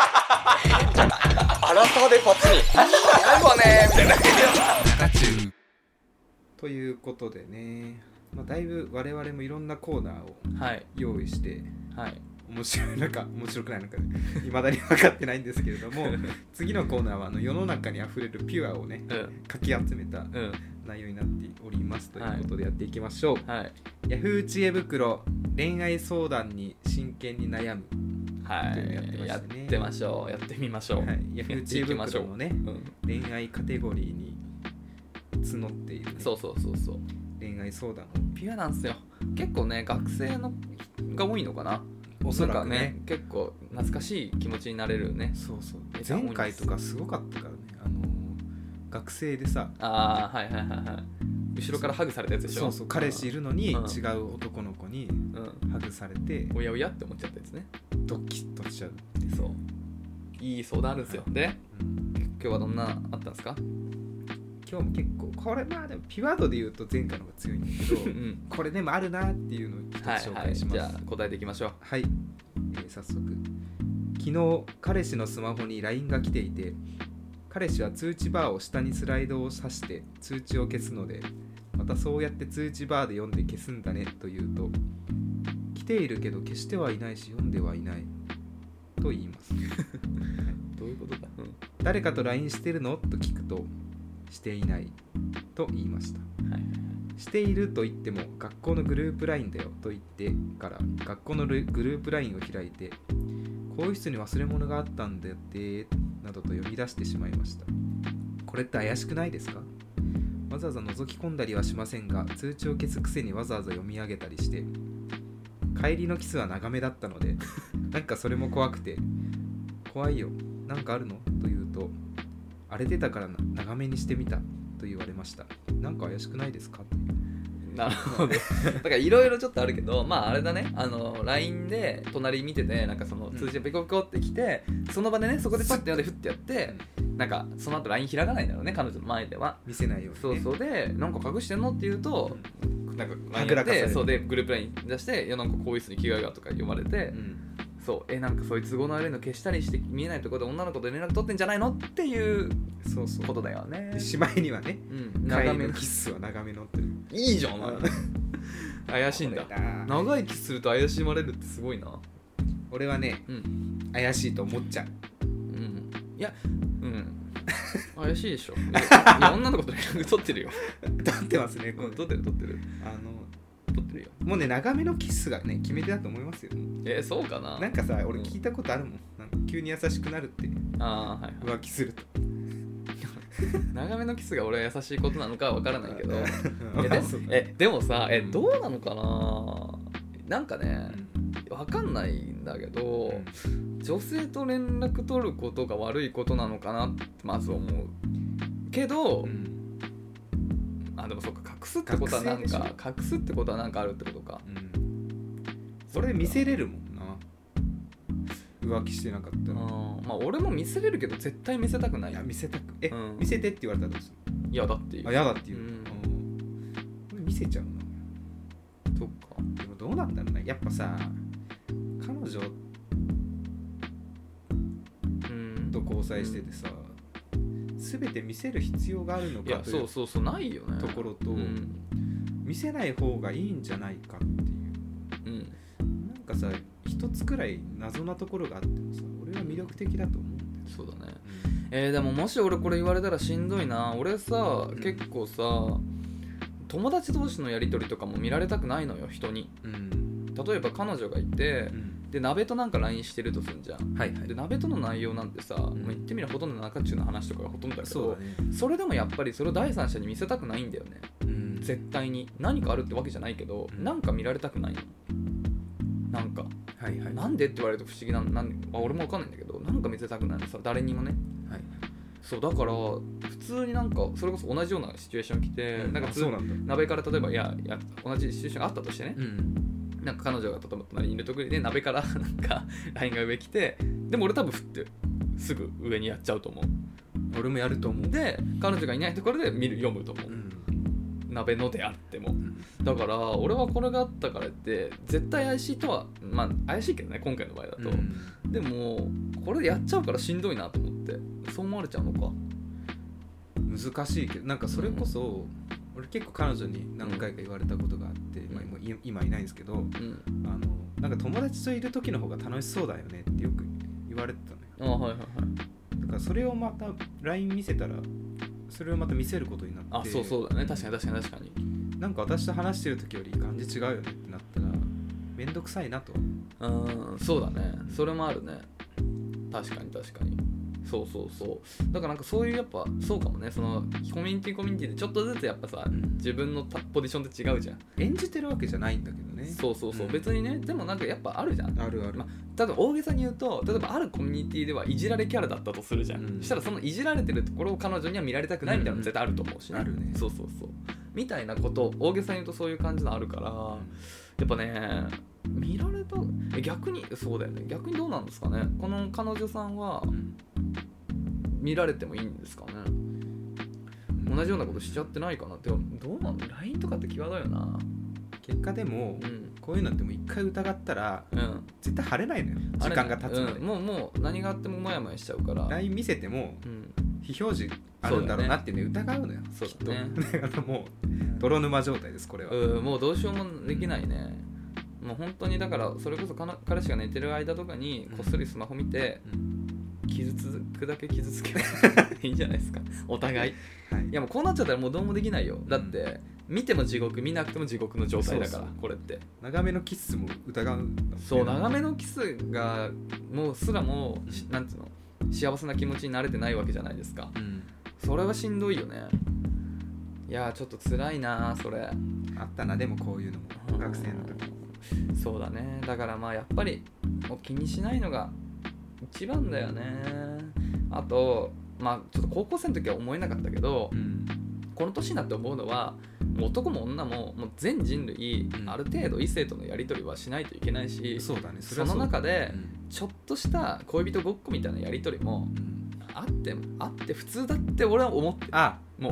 ラサーでバツニ最後はねみたいなということでね、まあ、だいぶ我々もいろんなコーナーを用意して、 はいはい面白いのか面白くないのかいまだに分かってないんですけれども次のコーナーはあの世の中にあふれるピュアをね、うん、かき集めた内容になっておりますということでやっていきましょう、 はい、 ヤフー知恵袋恋愛相談に真剣に悩むはい、やってましたね。やってましょう。やってみましょう。 はい、ヤフー知恵袋のね、うん、恋愛カテゴリーに募っている、ね、 そうそうそうそう恋愛相談ピュアなんですよ。結構ね学生のが多いのかな。 おそらく ね, ね結構懐かしい気持ちになれるね。 そうそう前回とかすごかったからね、あのー、学生でさあはいはいはいはい後ろからハグされたやつでしょ。 そうそう彼氏いるのに違う男の子にハグされて、 うん、おやおやって思っちゃったやつね。 ドキッとしちゃう。 そういい相談あるんですよ。で、うん、今日はどんなあったんですか。 今日も結構これまあでもピワードで言うと前回の方が強いんだけど、うん、これでもあるなっていうのを一つ紹介します。 はいはい、じゃあ答えていきましょう。 はい、えー、早速昨日彼氏のスマホに ライン が来ていて、彼氏は通知バーを下にスライドをさして通知を消すので、またそうやって通知バーで読んで消すんだねと言うと、来ているけど消してはいないし読んではいないと言いますどういうことだ、うん、 誰かと ライン してるのと聞くと、していないと言いました、はいはいはい、していると言っても学校のグループ ライン だよと言ってから学校のグループ ライン を開いて、更衣室に忘れ物があったんだってなどと読み出してしまいました。これって怪しくないですか？わざわざ覗き込んだりはしませんが、通知を消すくせにわざわざ読み上げたりして、帰りのキスは長めだったのでなんかそれも怖くて、怖いよ、なんかあるのと言うと、あれ出たから長めにしてみたと言われました。なんか怪しくないですか？ なるほど。だからいろいろちょっとあるけど、まああれだね、あの ライン で隣見てて、なんかその通知がピコピコってきて、うん、その場でね、そこでパッてやってフッてやって、なんかその後 ライン 開かないんだろうね、彼女の前では見せないように、ね、 そうそうで、なんか隠してんのって言うと、うん、なんか ライン やって、そうでグループ ライン 出して、いやなんか更衣室に着替えがとか読まれて、うん、そうえなんかそういう都合の悪いの消したりして見えないところで女の子と連絡取ってんじゃないのっていうことだよね。 でしまいにはね、 うん、長めのキスは長めのっていいじゃん怪しいんだ。長いキスすると怪しまれるってすごいな。 俺はね、うん、怪しいと思っちゃう。 うん、いや、うん怪しいでしょ。いや女の子と連絡取ってるよ。 取ってますね。 うん、取ってる取ってる。あの取ってるよ。 もうね、長めのキスがね決め手だと思いますよ。 えー、そうかな。 なんかさ、俺聞いたことあるもん。なんか急に優しくなるって。 ああ、はい、はい。 浮気すると。 長めのキスが俺は優しいことなのかは分からないけどえ で, えでもさえどうなのかな。なんかね分かんないんだけど、女性と連絡取ることが悪いことなのかなってまず思うけど、うん、あでもそっか、隠すってことはなんか隠すってことはなんかあるってことか、うん、 それ見せれるもんな、浮気してなかったら。 あまあ俺も見せれるけど絶対見せたくない。 いや見せたくえ、うん、見せてって言われたらどうする？ 嫌だっていう。 あ嫌だっていう、うんうん、見せちゃうな。 そっか。 でもどうなんだろうね、やっぱさ彼女と交際しててさ、すべ、うん、て見せる必要があるのかという、いやそうそうそうないよねところと、うん、見せない方がいいんじゃないかっていう、うん、なんかさ一つくらい謎なところがあってもさ、俺は魅力的だと思うんだよ。 そうだね、うん、えー、でももし俺これ言われたらしんどいな。俺さ、うん、結構さ友達同士のやり取りとかも見られたくないのよ、人に、うん、例えば彼女がいて、うん、で鍋となんか ライン してるとすんじゃん、はいはい、で鍋との内容なんてさ、うん、もう言ってみればほとんど中中の話とかがほとんどだけど、 そうだね、それでもやっぱりそれを第三者に見せたくないんだよね、うん、絶対に何かあるってわけじゃないけど、うん、なんか見られたくないの。なんか、はいはい、なんでって言われると不思議な、なんあ俺も分かんないんだけど、なんか見せたくないのさ、誰にもね、はい、そうだから普通になんかそれこそ同じようなシチュエーション来て、うん、なんかそうなんだ、鍋から例えばいやいや同じシチュエーションがあったとしてね、うん、なんか彼女が例えば隣にいるときで鍋からなんか ライン が上来て、でも俺多分振ってすぐ上にやっちゃうと思う。 俺もやると思う。 で彼女がいないところで見る読むと思う、うん、鍋のであっても、うん、だから俺はこれがあったからって絶対怪しいとは、まあ怪しいけどね今回の場合だと、うん、でもこれやっちゃうからしんどいなと思って、そう思われちゃうのか。 難しいけど、なんかそれこそ、うん、俺結構彼女に何回か言われたことがあって、うんまあ、今, 今いないんですけど、うん、あのなんか友達といる時の方が楽しそうだよねってよく言われてたのよ。あ、はいはいはい。だからそれをまた ライン 見せたらそれをまた見せることになって、 あ、そうそうだね、確かに確かに確かに、 なんか私と話してる時より感じ違うよねってなったらめんどくさいなと。 うん、そうだね、それもあるね、確かに確かに、そうそうそう。だからなんかそういうやっぱそうかもね、そのコミュニティコミュニティでちょっとずつやっぱさ、うん、自分のポジションって違うじゃん。 演じてるわけじゃないんだけどね。 そうそうそう、うん、別にね。でもなんかやっぱあるじゃん。 あるある。まあ、例えば大げさに言うと、例えばあるコミュニティではいじられキャラだったとするじゃん、うん、そしたらそのいじられてるところを彼女には見られたくないみたいなの絶対あると思うし、ね、 あるね。 そうそうそうみたいなこと、大げさに言うとそういう感じのあるから、うん、やっぱね見られた、逆にそうだよね、逆にどうなんですかね、この彼女さんは、うん、見られてもいいんですかね。 同じようなことしちゃってないかな。でもどうなの ライン とかって際どいよな。 結果でも、うん、こういうのってもう一回疑ったら、うん、絶対晴れないのよ、時間が経つまで、 うん、もうもう何があってもモヤモヤしちゃうからライン 見せても、うん、非表示あるんだろうなってね疑うのよ。 そうだねもう泥沼状態ですこれは。 うん、もうどうしようもできないね。もう本当にだからそれこそ彼氏が寝てる間とかにこっそりスマホ見て、うん、傷つくだけ傷つけばいいんじゃないですかお互い、はい、いやもうこうなっちゃったらもうどうもできないよ。だって見ても地獄見なくても地獄の状態だから。そうそうこれって長めのキスも疑うんだもんね。 そう長めのキスがもうすらも、うん、なんつうの幸せな気持ちに慣れてないわけじゃないですか、うん、それはしんどいよね。いやちょっと辛いなそれ。 あったなでもこういうのも、うん、学生の時。 そうだね。だからまあやっぱりもう気にしないのが一番だよね。あとまあちょっと高校生の時は思えなかったけど、うん、この年になって思うのは男も女ももう全人類、うん、ある程度異性とのやり取りはしないといけないし、 そうだね、 その中でちょっとした恋人ごっこみたいなやり取りも、うん、あってあって普通だって俺は思ってる。 あもう、うん、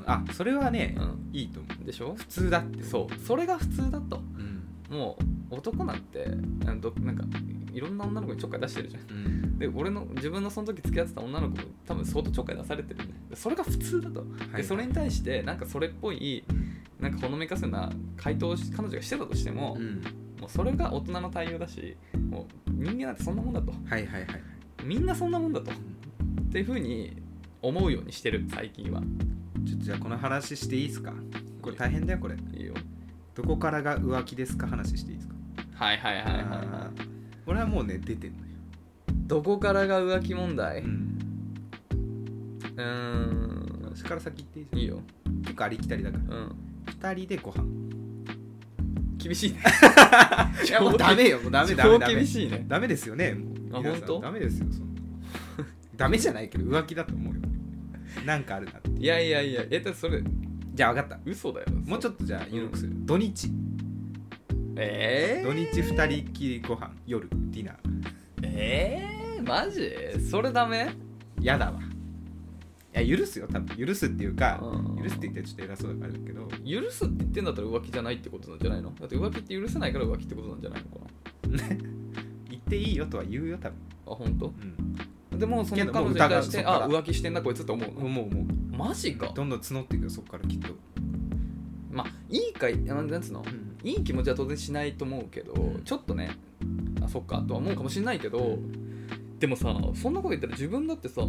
あそれはね、うん、いいと思う。 でしょ。 普通だって。 そうそれが普通だと、うん、もう男なんてなんかいろんな女の子にちょっかい出してるじゃん、うん、で俺の自分のその時付き合ってた女の子も多分相当ちょっかい出されてるね。それが普通だと、はい、でそれに対してなんかそれっぽいなんかほのめかすような回答を彼女がしてたとしても、うん、もうそれが大人の対応だし、もう人間なんてそんなもんだと、 はいはいはい、 みんなそんなもんだと、うん、っていう風に思うようにしてる最近は。 ちょっとじゃあこの話していいですか。これ大変だよこれ。いいよ。どこからが浮気ですか話していいですか。 はいはいはいはいはい。 俺はもうね出てんのよ。 どこからが浮気問題。うん。 うーん。私から先言っていいですか。 いいよ。 結構ありきたりだから。うん。二人でご飯。 厳しいね。 いやもうダメよ。もうダメダメダメ。 厳しいね。 ダメですよね。 あ本当？ ダメですよ。そのダメじゃないけど浮気だと思うよ。なんかあるなって。 いやいやいや。えっとそれじゃあ分かった。 嘘だよ。 もうちょっとじゃあ緩くする。土日。 えー、 土日二人きりご飯夜ディナー。 えー、マジそれダメ。 やだわ。いや許すよ多分。許すっていうか許すって言ってちょっと偉そうだからだけど、 許すって言ってんだったら浮気じゃないってことなんじゃないの。だって浮気って許せないから浮気ってことなんじゃないのかな。 言っていいよとは言うよ多分。 あ本当？うん。でもその彼女に対してあ浮気してんなこいつって思うの。 思う思う。 マジか。 どんどん募っていくよそっからきっと。 まあいいかいなんつうの、うん、いい気持ちは当然しないと思うけど、うん、ちょっとねあそっかとは思うかもしれないけど、うん、でもさそんなこと言ったら自分だってさ、うん、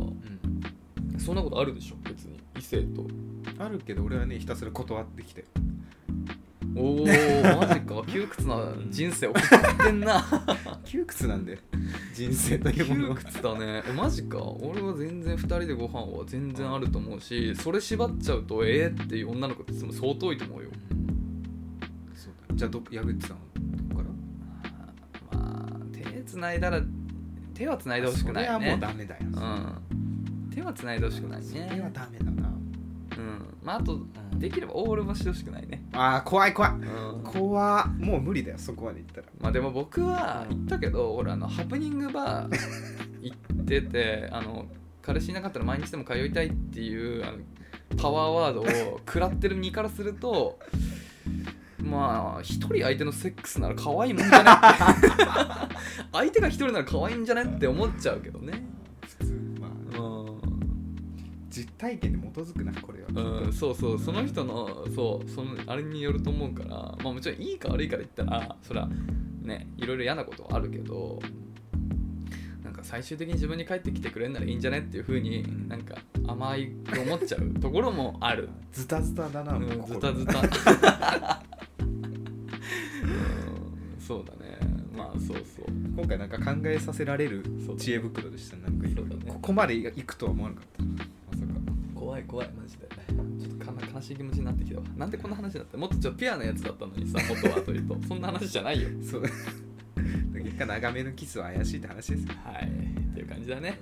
そんなことあるでしょ別に異性と。 あるけど俺はねひたすら断ってきて。 おーマジか窮屈な人生送ってんな。 窮屈なんで人生というもの窮屈だね。えマジか。俺は全然ふたりでご飯は全然あると思うし、それ縛っちゃうとええー、っていう女の子って相当いいと思うよ、うん、 そうだ。じゃあど矢口さんはどこから。まあ手つないだら手はつないでほしくないね。 それはもうダメだよ、 うん、手はつないでほしくないね。 それはダメだな。 うんまああとできればオールはしてほしくないね。 ああ怖い怖い、うん、怖もう無理だよそこまで行ったら。 まあでも僕は言ったけど俺あのハプニングバー行っててあの彼氏いなかったら毎日でも通いたいっていうあのパワーワードを食らってる身からするとまあ一人相手のセックスなら可愛いもんじゃねって相手が一人なら可愛いんじゃねって思っちゃうけどね普通。まあ、うん、実体験に基づくなこれは。 うん、そうそうその人のそうそのあれによると思うから、まあもちろんいいか悪いかで言ったらそれはねいろいろ嫌なことはあるけど、なんか最終的に自分に帰ってきてくれんならいいんじゃねっていう風に、うん、なんか甘いと思っちゃうところもある。 ズタズタだな、うん、 ズタズタ、うん、そうだね。まあそうそう今回なんか考えさせられる知恵袋でした。なんかいろいろここまで行くとは思わなかった。まさか怖い怖いマジでちょっと悲しい気持ちになってきたわ。なんでこんな話だった。もっとちょっとピュアなやつだったのにさ元はというとそんな話じゃないよ。 そう結果長めのキスは怪しいって話ですよ。 はいっていう感じだね。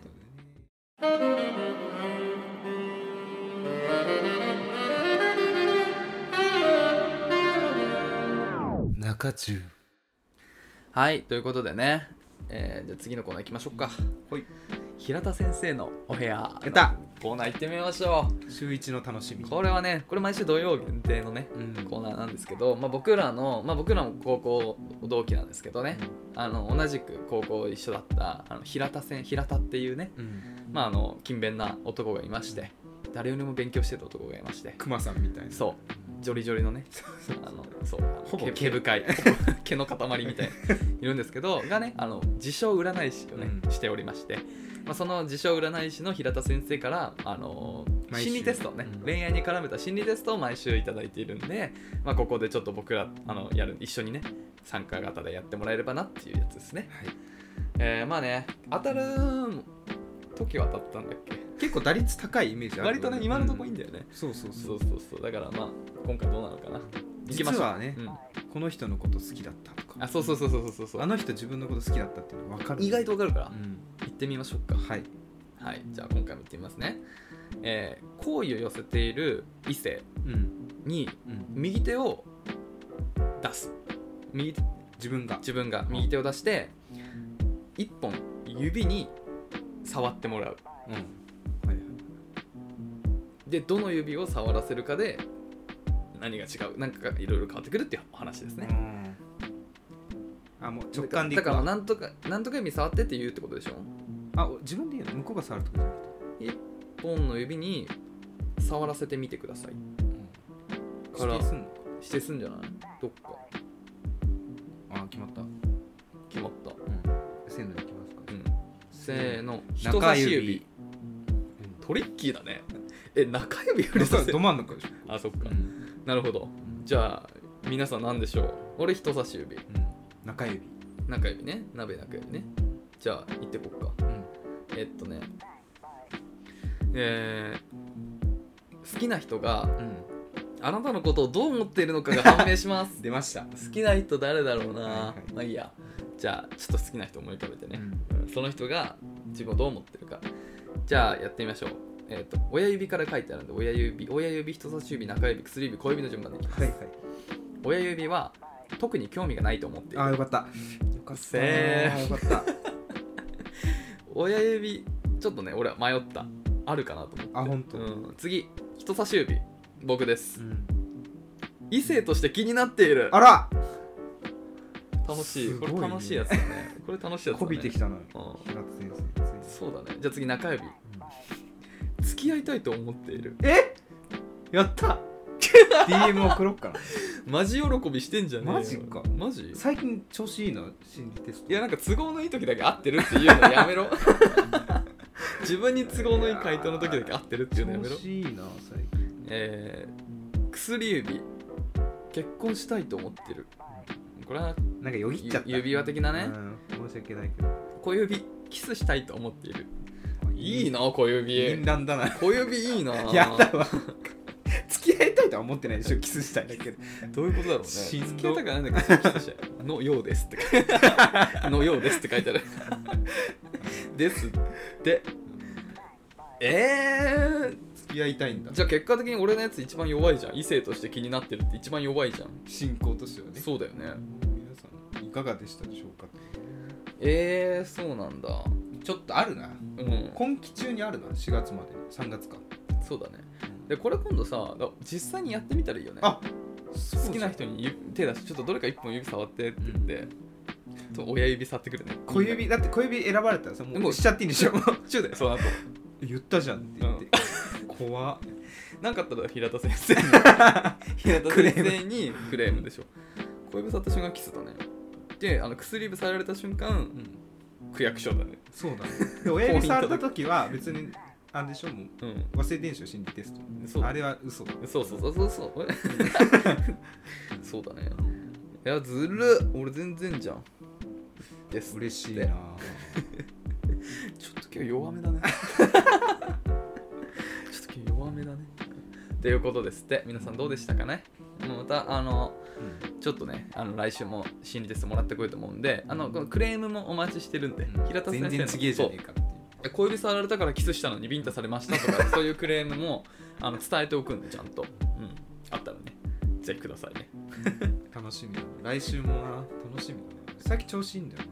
中中。 はいということでね、えー、じゃあ次のコーナー行きましょうか。 はい。 平田先生のお部屋やったコーナー行ってみましょう。週一の楽しみ。 う。これはね、これ毎週土曜限定のね、 うん、 コーナーなんですけど、まあ、僕らの、まあ、僕らも高校同期なんですけどね、あの同じく高校一緒だったあの平田先平田っていうね、 うん、 まあ、あの勤勉な男がいまして、誰よりも勉強してた男がいまして、 クマさんみたいな。 そうジョリジョリのね、あのそうほぼ毛毛深い毛の塊みたいないるんですけどがね、あの自称占い師をね、 うん、 しておりまして、まあ、その自称占い師の平田先生からあの心理テストね、うん、恋愛に絡めた心理テストを毎週いただいているんで、まあ、ここでちょっと僕らあのやる一緒にね参加型でやってもらえればなっていうやつですね。はい、えー、まあね当たる時は当たったんだっけ。 結構打率高いイメージある。 割とね今のとこいいんだよね、 うん、そうそうそうそうそうそう。だからまあ今回どうなのかな。 実はね、うん、この人のこと好きだったとか、 あ、そうそうそうそうそうそう、 あの人自分のこと好きだったっていうの分かる。 意外と分かるから、 うん、 行ってみましょうか。 はい、 はい、じゃあ今回も行ってみますね。えー、好意を寄せている異性に右手を出す。右手自分が自分が右手を出して一本指に触ってもらう、うんはいはい、でどの指を触らせるかで何が違う、なんかいろいろ変わってくるっていうお話ですね。 うん、あ、もう直感でいく。 だからなんとかなんとか指触ってって言うってことでしょ。 あ、自分で言うの？向こうが触るってことじゃなくて一本の指に触らせてみてください、うん、から指定すんの？ 指定すんじゃない？どっか。 あ、決まった決まった、うん、 せーのでいきますか、 うん、せーの、人差し指、うん、トリッキーだね。え、中指指させど真ん中でしょ。 あ、そっか、うん、なるほど。じゃあ皆さん何でしょう。俺人差し指、うん、 中指中指ね、鍋中指ね。じゃあ行ってこっか、うん、えっとねえー、好きな人が、うん、あなたのことをどう思っているのかが判明します出ました。 好きな人誰だろうな、はいはい、まあいいや。じゃあちょっと好きな人思い浮かべてね、うん、その人が自分をどう思ってるか。じゃあやってみましょう。えーと、親指から書いてあるんで、親指、親指、人差し指、中指、薬指、小指の順番でいきます、はいはい、親指は特に興味がないと思っている。 あ、よかったよかったせーよかった親指ちょっとね俺は迷った、あるかなと思って。 あ、本当、うん、 次人差し指僕です、うん、異性として気になっている。 あら楽しい、ね、これ楽しいやつだね。これ楽しいやつだね。 こびてきたな、うん、 平田先生。そうだね。じゃあ次中指、うん、付き合いたいと思っている。 えやったディーエム 送ろっかな。 マジ喜びしてんじゃねえよ。 マジか。 マジ最近調子いいの心理テスト。 いやなんか都合のいい時だけ合ってるっていうのやめろ自分に都合のいい回答の時だけ合ってるっていうのやめろ。 調子いいな最近。 えー、薬指結婚したいと思ってる。これはなんかよぎっちゃった。 指輪的なね、 うん、申し訳ないけど。 小指キスしたいと思っている。いいな小指。 淫乱だな。 小指いいな。 やだわ。付き合いたいとは思ってないでしょ。キスしたいだけで。 どういうことだろうね。付き合いたくないんだけどキスしたいのようですってのようですって書いてあるですってえー、 付き合いたいんだ。 じゃあ結果的に俺のやつ一番弱いじゃん。異性として気になってるって一番弱いじゃん。 進行としてはね。 そうだよね。 皆さんいかがでしたでしょうか。 えー、そうなんだ。 ちょっとあるな、 うん、 今期中にあるな。しがつまでさんがつか。 そうだね。でこれ今度さ実際にやってみたらいいよね。 あ、 好きな人に手出してちょっとどれか一本指触ってって言って、うん、親指触ってくるね。 小指だって小指選ばれたらさもうしちゃっていいんでしょ。 中だよその後言ったじゃんって言って、うん、怖っ。 なんかあったら平田先生に平田先生にクレームでしょ。小指触った瞬間キスだね。であの薬指触られた瞬間、うん、区役所だね。 そうだね。で親指触った時は別にあれでしょ、もう、うん、忘れてんでしょ心理テスト。そうあれは嘘だ。 そうそうそうそうそうそうだね。いやずるっ。俺全然じゃんです嬉しいなちょっと今日弱めだねちょっと今日弱めだねっていうことですって。皆さんどうでしたかね。またあの、うん、ちょっとねあの来週も心理テストもらってこいと思うんで、あのこのクレームもお待ちしてるんで、うん、平田先生の全然違えじゃねえかっていう小指触られたからキスしたのにビンタされましたとかそういうクレームもあの伝えておくんでちゃんと、うん、あったらねぜひくださいね楽しみだね。来週もな楽しみだね。さっき調子いいんだよな。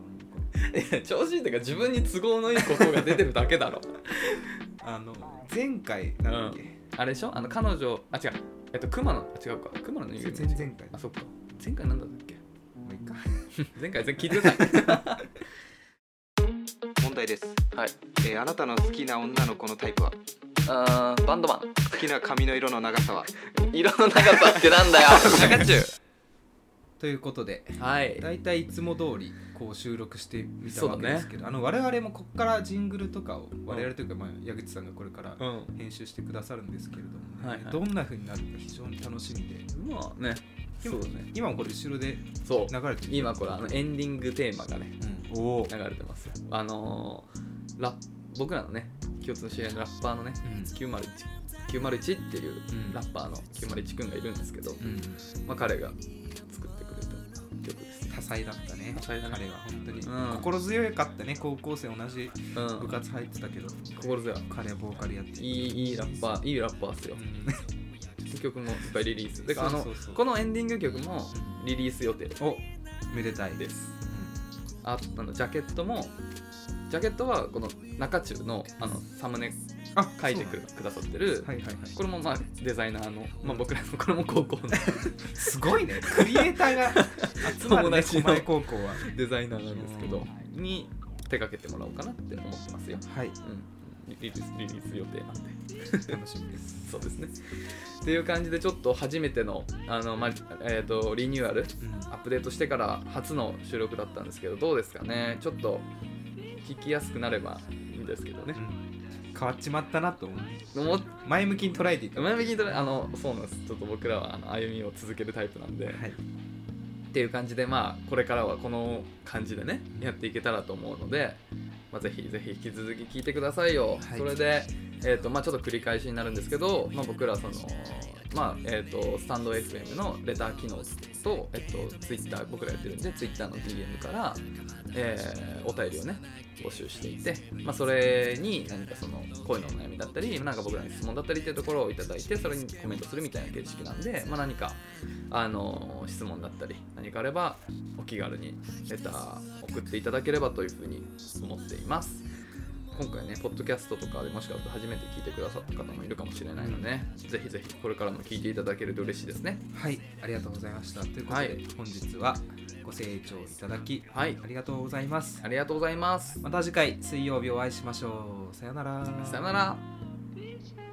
いや調子いいってか自分に都合のいいことが出てるだけだろあの前回なんだっけ、 うん、あれでしょあの彼女あ違うえっと熊野あ違うか熊野の前々回あそっか前回なんだったっけもういいか前回全聞いてください問題です、 はいえー、あなたの好きな女の子のタイプは？ あーバンドマン。 好きな髪の色の長さは？ 色の長さってなんだよ中中ということで、 はい、 だいたいいつも通りこう収録してみたわけですけど、ね、あの我々もここからジングルとかを我々というか、まあ、矢口さんがこれから編集してくださるんですけれども、ねうんはいはい、 どんな風になるか非常に楽しみで、 まあねそうだね今もこれ後ろで流れてる。 今これあのエンディングテーマがね、 うん、お流れてますよ。あのー、ラ僕らのね共通の知り合いのラッパーのね、うん、きゅうまるいち きゅうまるいちっていうラッパーのきゅうまるいちくんがいるんですけど、うんまあ、彼が作ってくれた曲です。 多彩だったね。 多彩だね彼は本当に、 うん、 心強かったね。高校生同じ部活入ってたけど、うん、 心強い。 彼はボーカルやっていいいいラッパーいいラッパーっすよ。うん、曲もいっぱいリリース。でかあのこのエンディング曲もリリース予定。 おめでたいです。うん、ああのジャケットもジャケットはこの中中のあのサムネ書いてくださってる、はいはいはい、これもまあデザイナーの、まあ、僕らのこれも高校のすごいねクリエイターが集まるね狛江高校はデザイナーなんですけどに手掛けてもらおうかなって思ってますよ。 はい、 うん、リリースリリース予定なんで楽しみです。 そうですねっていう感じでちょっと初めてのあの、まえー、とリニューアル、うん、アップデートしてから初の収録だったんですけどどうですかね。ちょっと聞きやすくなればいいんですけどね、 うん、変わっちまったなと思う。前向きに捉えていた。 前向きに捉えあのそうなんです。ちょっと僕らはあの歩みを続けるタイプなんで、はい、っていう感じでまあこれからはこの感じでねやっていけたらと思うので、まあ、ぜひぜひ引き続き聞いてくださいよ、はい、それで、えーとまあ、ちょっと繰り返しになるんですけど、まあ、僕らそのまあえー、とスタンド エフエム のレター機能と、えー、と Twitter 僕らやってるんで Twitter の ディーエム から、えー、お便りをね募集していて、まあ、それに何かその声のお悩みだったりなんか僕らに質問だったりっていうところをいただいてそれにコメントするみたいな形式なんで、まあ、何かあの質問だったり何かあればお気軽にレター送っていただければというふうに思っています。今回ねポッドキャストとかでもしかしたら初めて聞いてくださった方もいるかもしれないので、ね、ぜひぜひこれからも聞いていただけると嬉しいですね。 はい、ありがとうございました。ということで、はい、本日はご清聴いただき、はい、ありがとうございます。 ありがとうございます。 また次回水曜日お会いしましょう。さよなら。 さよなら。